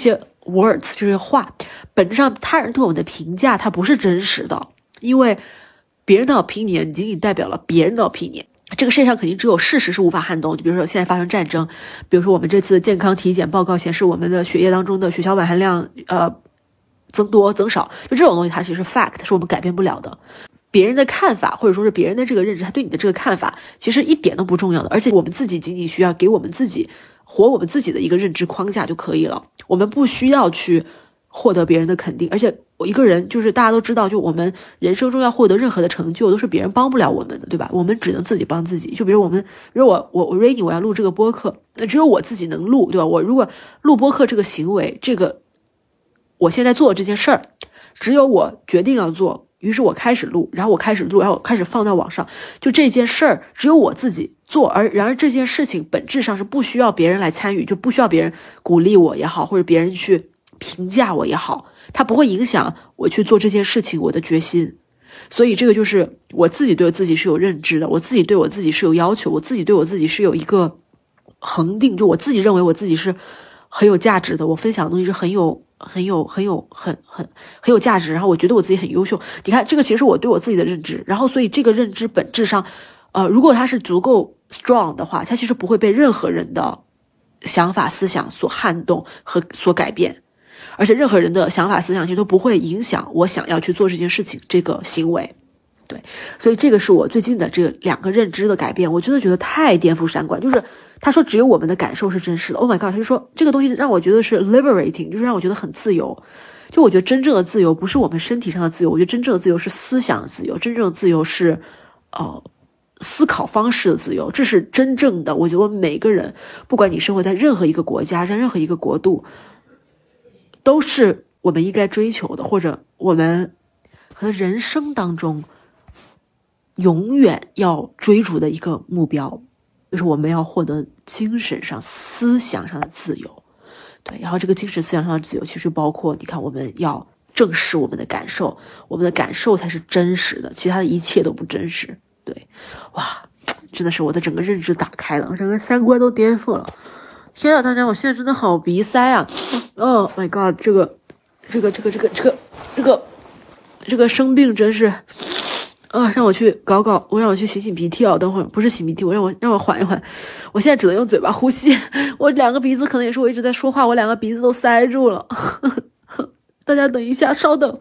words 这些话，本质上他人对我们的评价它不是真实的，因为别人的 opinion 仅仅代表了别人的 opinion。这个世界上肯定只有事实是无法撼动，就比如说现在发生战争，比如说我们这次健康体检报告显示我们的血液当中的血小板含量呃增多增少，就这种东西它其实是 fact， 是我们改变不了的。别人的看法或者说是别人的这个认知，他对你的这个看法其实一点都不重要的，而且我们自己仅仅需要给我们自己活我们自己的一个认知框架就可以了，我们不需要去获得别人的肯定。而且我一个人就是大家都知道，就我们人生中要获得任何的成就都是别人帮不了我们的，对吧？我们只能自己帮自己。就比如我们，比如我我我 Rainy 我要录这个播客，那只有我自己能录，对吧？我如果录播客这个行为，这个我现在做的这件事儿，只有我决定要做，于是我开始录，然后我开始录，然后我开始放到网上，就这件事儿只有我自己做，而然而这件事情本质上是不需要别人来参与，就不需要别人鼓励我也好，或者别人去评价我也好，它不会影响我去做这件事情我的决心。所以这个就是我自己对我自己是有认知的，我自己对我自己是有要求，我自己对我自己是有一个恒定，就我自己认为我自己是很有价值的，我分享的东西是很有很有很有很很很有价值，然后我觉得我自己很优秀。你看这个其实是我对我自己的认知，然后所以这个认知本质上呃，如果它是足够 strong 的话，它其实不会被任何人的想法思想所撼动和所改变，而且任何人的想法思想其实都不会影响我想要去做这件事情这个行为。对，所以这个是我最近的这两个认知的改变，我真的觉得太颠覆三观。就是他说只有我们的感受是真实的 ，Oh my god， 他就说这个东西让我觉得是 liberating， 就是让我觉得很自由。就我觉得真正的自由不是我们身体上的自由，我觉得真正的自由是思想的自由，真正的自由是呃思考方式的自由，这是真正的。我觉得我们每个人，不管你生活在任何一个国家，在任何一个国度，都是我们应该追求的，或者我们可能人生当中永远要追逐的一个目标，就是我们要获得精神上思想上的自由。对，然后这个精神思想上的自由其实包括你看我们要正视我们的感受，我们的感受才是真实的，其他的一切都不真实。对，哇，真的是我的整个认知打开了，整个三观都颠覆了。天啊，大家，我现在真的好鼻塞啊！Oh my god， 这个这个这个这个这个这个这个生病真是啊，让我去搞搞，我让我去擤擤鼻涕啊！等会儿不是擤鼻涕，我让我让我缓一缓。我现在只能用嘴巴呼吸，我两个鼻子可能也是我一直在说话，我两个鼻子都塞住了。大家等一下，稍等。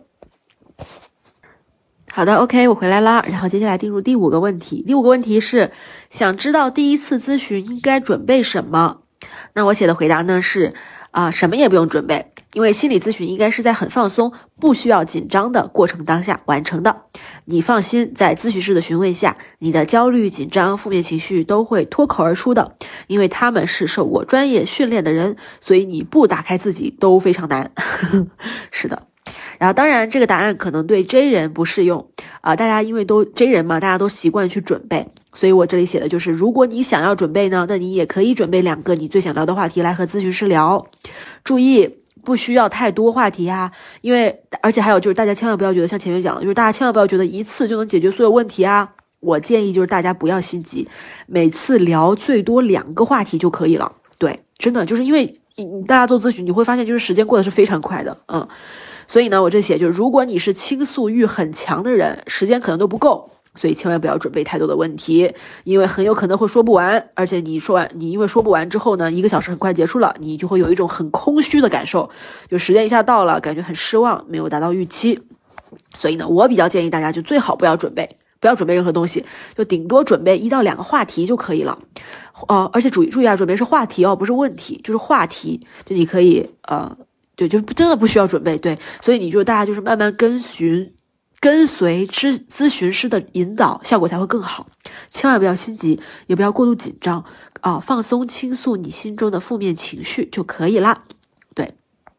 好的 ，OK， 我回来啦。然后接下来进入第五个问题。第五个问题是想知道第一次咨询应该准备什么？那我写的回答呢是啊、呃，什么也不用准备，因为心理咨询应该是在很放松、不需要紧张的过程当下完成的。你放心，在咨询师的询问下，你的焦虑、紧张、负面情绪都会脱口而出的，因为他们是受过专业训练的人，所以你不打开自己都非常难。是的。然后当然这个答案可能对 J 人不适用啊、呃，大家因为都 J 人嘛，大家都习惯去准备，所以我这里写的就是如果你想要准备呢，那你也可以准备两个你最想聊的话题来和咨询师聊。注意不需要太多话题啊，因为而且还有就是大家千万不要觉得像前面讲的，就是大家千万不要觉得一次就能解决所有问题啊。我建议就是大家不要心急，每次聊最多两个话题就可以了。对，真的就是因为大家做咨询你会发现就是时间过得是非常快的，嗯。所以呢，我这写就是，如果你是倾诉欲很强的人，时间可能都不够，所以千万不要准备太多的问题，因为很有可能会说不完，而且你说完，你因为说不完之后呢，一个小时很快结束了，你就会有一种很空虚的感受，就时间一下到了，感觉很失望，没有达到预期。所以呢，我比较建议大家就最好不要准备，不要准备任何东西，就顶多准备一到两个话题就可以了。呃，而且注意注意啊，准备是话题哦，不是问题，就是话题，就你可以呃。对，就真的不需要准备，对，所以你就大家就是慢慢跟循、跟随咨咨询师的引导，效果才会更好。千万不要心急，也不要过度紧张啊、呃，放松倾诉你心中的负面情绪就可以啦。对，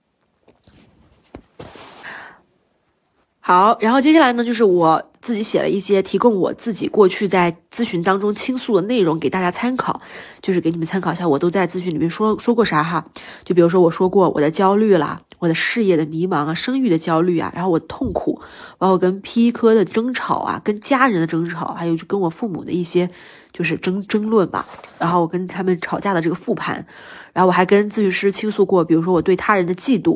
好，然后接下来呢，就是我自己写了一些提供我自己过去在咨询当中倾诉的内容给大家参考，就是给你们参考一下我都在咨询里面说说过啥哈。就比如说我说过我的焦虑啦，我的事业的迷茫啊，生育的焦虑啊，然后我的痛苦，包括跟皮科的争吵啊，跟家人的争吵，还有就跟我父母的一些就是争争论吧，然后我跟他们吵架的这个复盘，然后我还跟咨询师倾诉过，比如说我对他人的嫉妒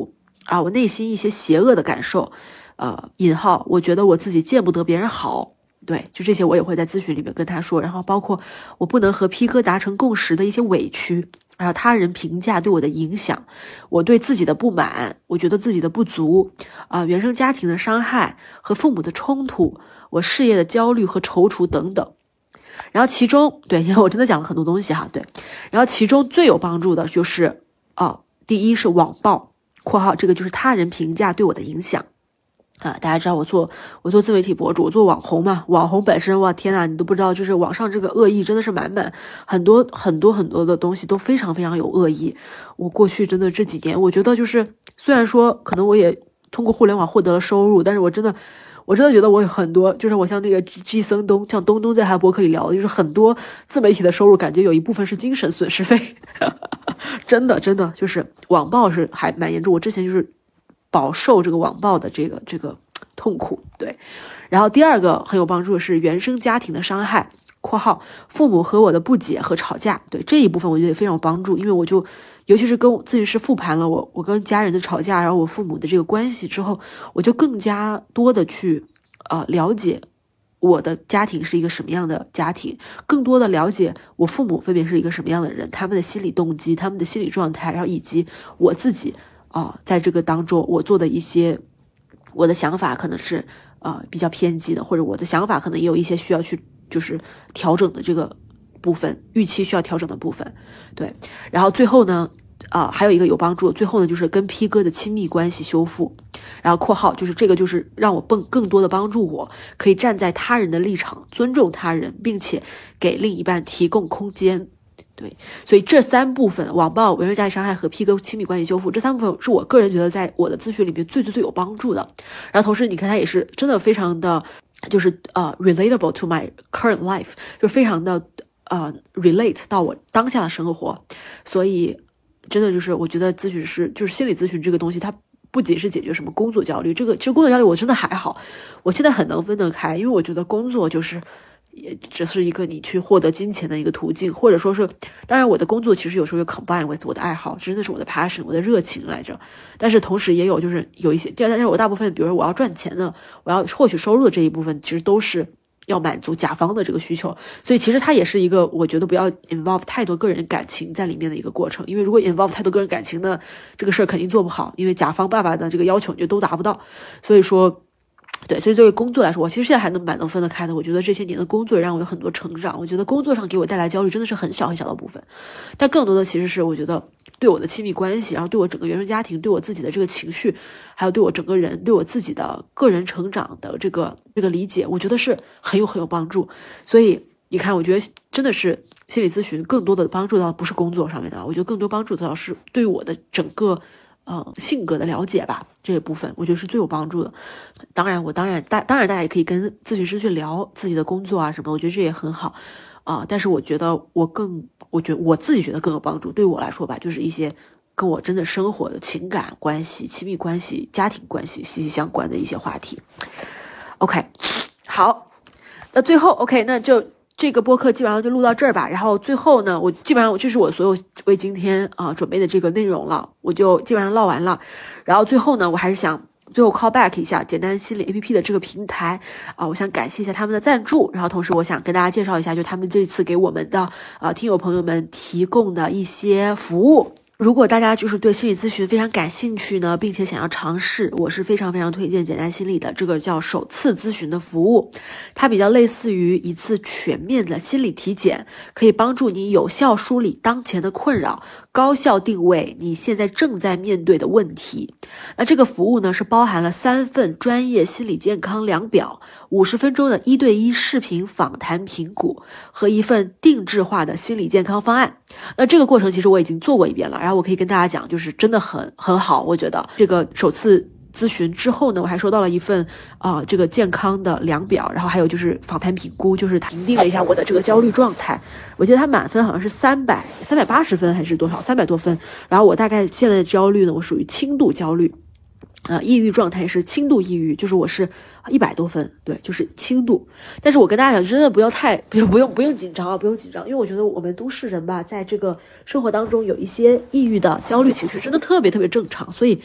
啊，我内心一些邪恶的感受，呃，引号，我觉得我自己见不得别人好。对，就这些我也会在咨询里面跟他说，然后包括我不能和 P 哥达成共识的一些委屈，然后他人评价对我的影响，我对自己的不满，我觉得自己的不足，啊、呃，原生家庭的伤害和父母的冲突，我事业的焦虑和踌躇等等。然后其中，对，因为我真的讲了很多东西哈，对，然后其中最有帮助的就是啊、呃，第一是网暴（括号这个就是他人评价对我的影响）。啊，大家知道我做我做自媒体博主，我做网红嘛，网红本身，哇天呐，你都不知道，就是网上这个恶意真的是满满，很多很多很多的东西都非常非常有恶意。我过去真的这几年，我觉得就是虽然说可能我也通过互联网获得了收入，但是我真的我真的觉得我有很多，就是我像那个 G 森东，像东东在他博客里聊的，就是很多自媒体的收入，感觉有一部分是精神损失费，真的真的就是网暴是还蛮严重，我之前就是。饱受这个网暴的这个这个痛苦，对。然后第二个很有帮助的是原生家庭的伤害（括号父母和我的不解和吵架），对这一部分我觉得也非常有帮助，因为我就尤其是跟咨询师复盘了我我跟家人的吵架，然后我父母的这个关系之后，我就更加多的去呃了解我的家庭是一个什么样的家庭，更多的了解我父母分别是一个什么样的人，他们的心理动机，他们的心理状态，然后以及我自己。啊、呃，在这个当中，我做的一些，我的想法可能是呃比较偏激的，或者我的想法可能也有一些需要去就是调整的这个部分，预期需要调整的部分，对。然后最后呢，啊、呃，还有一个有帮助，最后呢就是跟 P 哥的亲密关系修复，然后括号就是这个就是让我更更多的帮助我可以站在他人的立场，尊重他人，并且给另一半提供空间。对，所以这三部分网暴、原生家庭伤害和 P 哥亲密关系修复，这三部分是我个人觉得在我的咨询里面最最最有帮助的。然后同时你看它也是真的非常的就是呃 relatable to my current life， 就非常的呃 relate 到我当下的生活。所以真的就是我觉得咨询师就是心理咨询这个东西，它不仅是解决什么工作焦虑，这个其实工作焦虑我真的还好，我现在很能分得开，因为我觉得工作就是也只是一个你去获得金钱的一个途径，或者说是，当然我的工作其实有时候也 combine with 我的爱好，真的是我的 passion， 我的热情来着。但是同时也有就是有一些，但是我大部分，比如说我要赚钱的，我要获取收入的这一部分，其实都是要满足甲方的这个需求，所以其实它也是一个我觉得不要 involve 太多个人感情在里面的一个过程，因为如果 involve 太多个人感情呢，这个事儿肯定做不好，因为甲方爸爸的这个要求你就都达不到，所以说。对，所以作为工作来说，我其实现在还能蛮能分得开的。我觉得这些年的工作也让我有很多成长。我觉得工作上给我带来焦虑真的是很小很小的部分，但更多的其实是我觉得对我的亲密关系，然后对我整个原生家庭，对我自己的这个情绪，还有对我整个人，对我自己的个人成长的这个这个理解，我觉得是很有很有帮助。所以你看，我觉得真的是心理咨询更多的帮助到不是工作上面的，我觉得更多帮助到是对我的整个。呃，性格的了解吧，这一部分我觉得是最有帮助的。当然，我当然大当然大家也可以跟咨询师去聊自己的工作啊什么，我觉得这也很好啊、呃。但是我觉得我更，我觉得我自己觉得更有帮助。对我来说吧，就是一些跟我真的生活的情感关系、亲密关系、家庭关系息息相关的一些话题。OK， 好，那最后 OK， 那就。这个播客基本上就录到这儿吧，然后最后呢，我基本上这是我所有为今天啊、呃、准备的这个内容了，我就基本上唠完了。然后最后呢，我还是想最后 call back 一下简单心理 A P P 的这个平台啊、呃，我想感谢一下他们的赞助，然后同时我想跟大家介绍一下，就他们这次给我们的啊、呃、听友朋友们提供的一些服务。如果大家就是对心理咨询非常感兴趣呢，并且想要尝试，我是非常非常推荐简单心理的这个叫首次咨询的服务。它比较类似于一次全面的心理体检，可以帮助你有效梳理当前的困扰，高效定位你现在正在面对的问题。那这个服务呢，是包含了三份专业心理健康量表，五十分钟的一对一视频访谈评估和一份定制化的心理健康方案。那这个过程其实我已经做过一遍了，然后我可以跟大家讲，就是真的很很好。我觉得这个首次咨询之后呢，我还收到了一份啊、呃、这个健康的量表，然后还有就是访谈评估，就是评定了一下我的这个焦虑状态。我记得它满分好像是三百三百八十分还是多少，三百多分。然后我大概现在的焦虑呢，我属于轻度焦虑。呃，抑郁状态是轻度抑郁，就是我是一百多分，对，就是轻度。但是我跟大家讲，真的不要太不用不用不用紧张啊，不用紧张，因为我觉得我们都市人吧，在这个生活当中有一些抑郁的焦虑情绪，真的特别特别正常，所以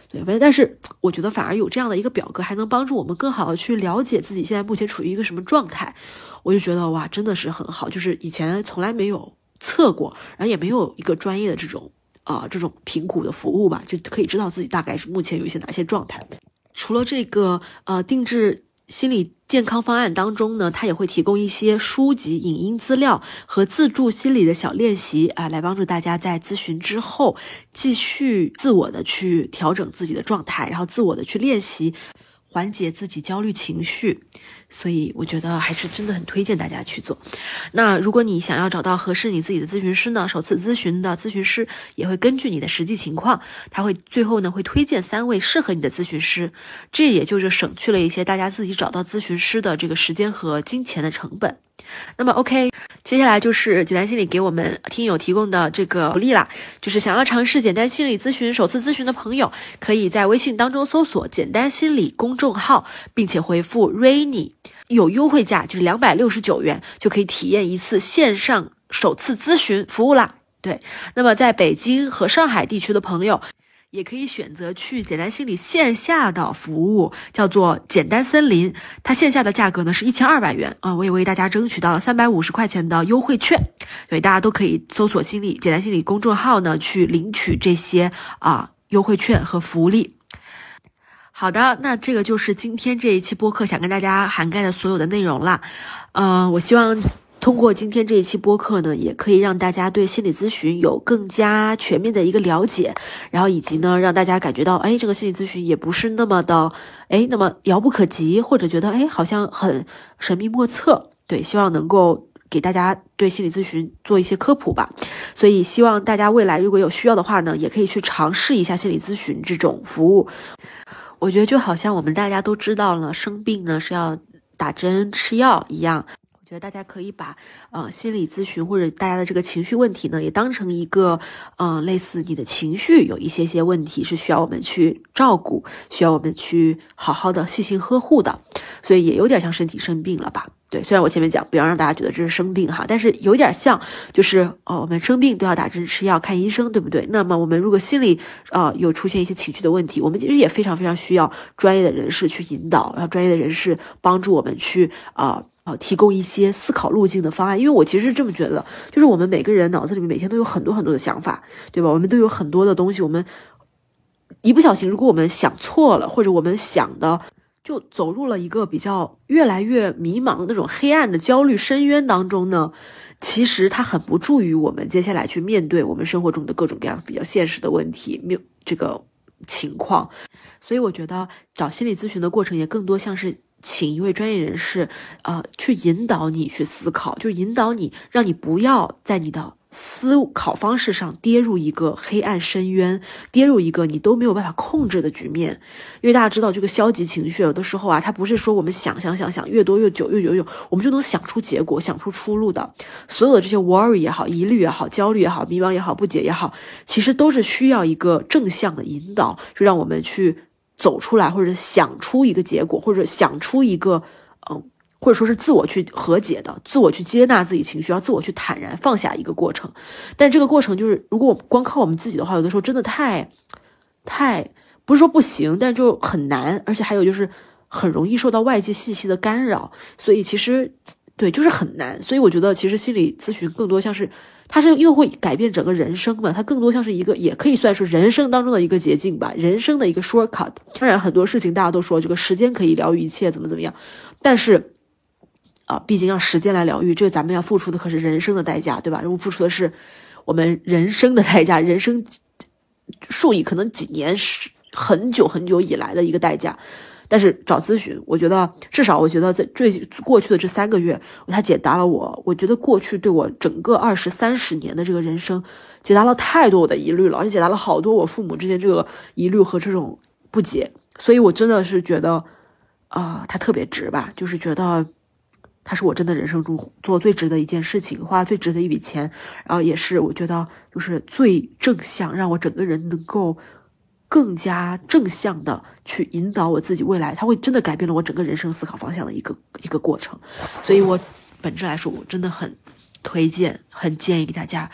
对，但是我觉得反而有这样的一个表格，还能帮助我们更好的去了解自己现在目前处于一个什么状态。我就觉得哇，真的是很好，就是以前从来没有测过，然后也没有一个专业的这种啊、呃、这种评估的服务吧，就可以知道自己大概是目前有一些哪些状态。除了这个呃定制心理健康方案当中呢，它也会提供一些书籍、影音资料和自助心理的小练习啊、呃，来帮助大家在咨询之后继续自我的去调整自己的状态，然后自我的去练习，缓解自己焦虑情绪。所以我觉得还是真的很推荐大家去做。那如果你想要找到合适你自己的咨询师呢，首次咨询的咨询师也会根据你的实际情况，他会最后呢会推荐三位适合你的咨询师，这也就是省去了一些大家自己找到咨询师的这个时间和金钱的成本。那么 OK， 接下来就是简单心理给我们听友提供的这个福利啦，就是想要尝试简单心理咨询首次咨询的朋友，可以在微信当中搜索简单心理公众号，并且回复 Rainy， 有优惠价，就是两百六十九元就可以体验一次线上首次咨询服务啦。对，那么在北京和上海地区的朋友也可以选择去简单心理线下的服务，叫做简单森林，它线下的价格呢是一千二百元啊、呃，我也为大家争取到了三百五十块钱的优惠券，所以大家都可以搜索心理简单心理公众号呢去领取这些啊、呃、优惠券和福利。好的，那这个就是今天这一期播客想跟大家涵盖的所有的内容啦。嗯、呃，我希望通过今天这一期播客呢，也可以让大家对心理咨询有更加全面的一个了解，然后以及呢，让大家感觉到，哎，这个心理咨询也不是那么的，哎，那么遥不可及，或者觉得，哎，好像很神秘莫测。对，希望能够给大家对心理咨询做一些科普吧。所以希望大家未来如果有需要的话呢，也可以去尝试一下心理咨询这种服务。我觉得就好像我们大家都知道了，生病呢是要打针吃药一样。我觉得大家可以把呃心理咨询或者大家的这个情绪问题呢，也当成一个嗯、呃、类似你的情绪有一些些问题是需要我们去照顾，需要我们去好好的细心呵护的，所以也有点像身体生病了吧。对，虽然我前面讲不要让大家觉得这是生病哈，但是有点像，就是哦，我们生病都要打针吃药看医生，对不对？那么我们如果心里呃有出现一些情绪的问题，我们其实也非常非常需要专业的人士去引导，然后专业的人士帮助我们去啊呃, 呃提供一些思考路径的方案。因为我其实是这么觉得，就是我们每个人脑子里面每天都有很多很多的想法，对吧？我们都有很多的东西，我们一不小心，如果我们想错了，或者我们想的就走入了一个比较越来越迷茫的那种黑暗的焦虑深渊当中呢，其实它很不助于我们接下来去面对我们生活中的各种各样比较现实的问题面这个情况。所以我觉得找心理咨询的过程也更多像是请一位专业人士呃，去引导你去思考，就引导你，让你不要在你的思考方式上跌入一个黑暗深渊，跌入一个你都没有办法控制的局面。因为大家知道这个消极情绪有的时候啊，它不是说我们想想想想越多越久越久越久我们就能想出结果想出出路的。所有的这些 worry 也好，疑虑也好，焦虑也好，迷茫也好，不解也好，其实都是需要一个正向的引导，就让我们去走出来，或者想出一个结果，或者想出一个嗯或者说是自我去和解的，自我去接纳自己情绪，要自我去坦然放下一个过程。但这个过程就是，如果光靠我们自己的话，有的时候真的太太不是说不行，但就很难，而且还有就是很容易受到外界信息的干扰，所以其实对就是很难。所以我觉得其实心理咨询更多像是它是又会改变整个人生嘛，它更多像是一个也可以算是人生当中的一个捷径吧，人生的一个 shortcut。 当然很多事情大家都说这个时间可以疗愈一切怎么怎么样，但是啊，毕竟让时间来疗愈，这个咱们要付出的可是人生的代价，对吧？我们付出的是我们人生的代价，人生数以可能几年是很久很久以来的一个代价。但是找咨询，我觉得至少我觉得在最过去的这三个月，它解答了我，我觉得过去对我整个二十三十年的这个人生，解答了太多我的疑虑了，而且解答了好多我父母之间这个疑虑和这种不解。所以我真的是觉得，啊、呃，它特别值吧，就是觉得。它是我真的人生中做最值的一件事情，花最值的一笔钱，然后也是我觉得就是最正向，让我整个人能够更加正向的去引导我自己未来，它会真的改变了我整个人生思考方向的一个一个过程。所以我本质来说，我真的很推荐，很建议给大家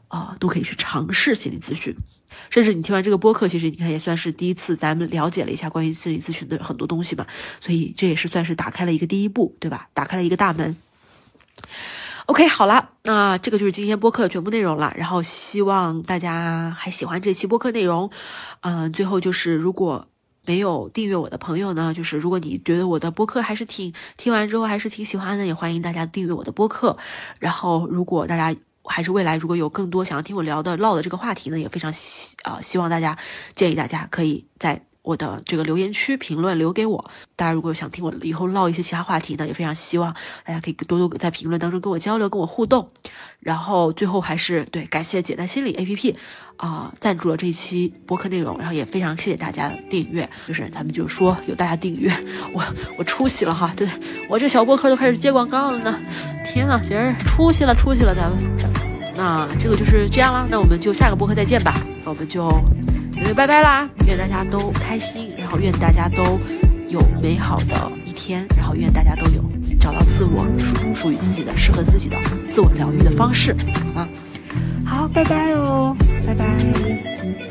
啊、呃，都可以去尝试心理咨询。甚至你听完这个播客，其实你看也算是第一次咱们了解了一下关于心理咨询的很多东西嘛，所以这也是算是打开了一个第一步，对吧？打开了一个大门。OK， 好了，那这个就是今天播客的全部内容了。然后希望大家还喜欢这期播客内容。嗯、呃，最后就是如果没有订阅我的朋友呢，就是如果你觉得我的播客还是挺听完之后还是挺喜欢的，也欢迎大家订阅我的播客。然后如果大家还是未来如果有更多想要听我聊的唠的这个话题呢，也非常希呃希望大家建议大家可以在我的这个留言区评论留给我。大家如果想听我以后唠一些其他话题呢，也非常希望大家可以多多在评论当中跟我交流，跟我互动。然后最后还是对感谢简单心理 A P P 啊、呃、赞助了这一期播客内容，然后也非常谢谢大家的订阅，就是他们就说有大家订阅，我我出息了哈，对，我这小播客都开始接广告了呢，天啊，简直出息了出息了咱们。那这个就是这样啦，那我们就下个播客再见吧，那我们就拜拜啦，愿大家都开心，然后愿大家都有美好的一天，然后愿大家都有找到自我属属于自己的适合自己的自我疗愈的方式，好吗？好，拜拜哦，拜拜。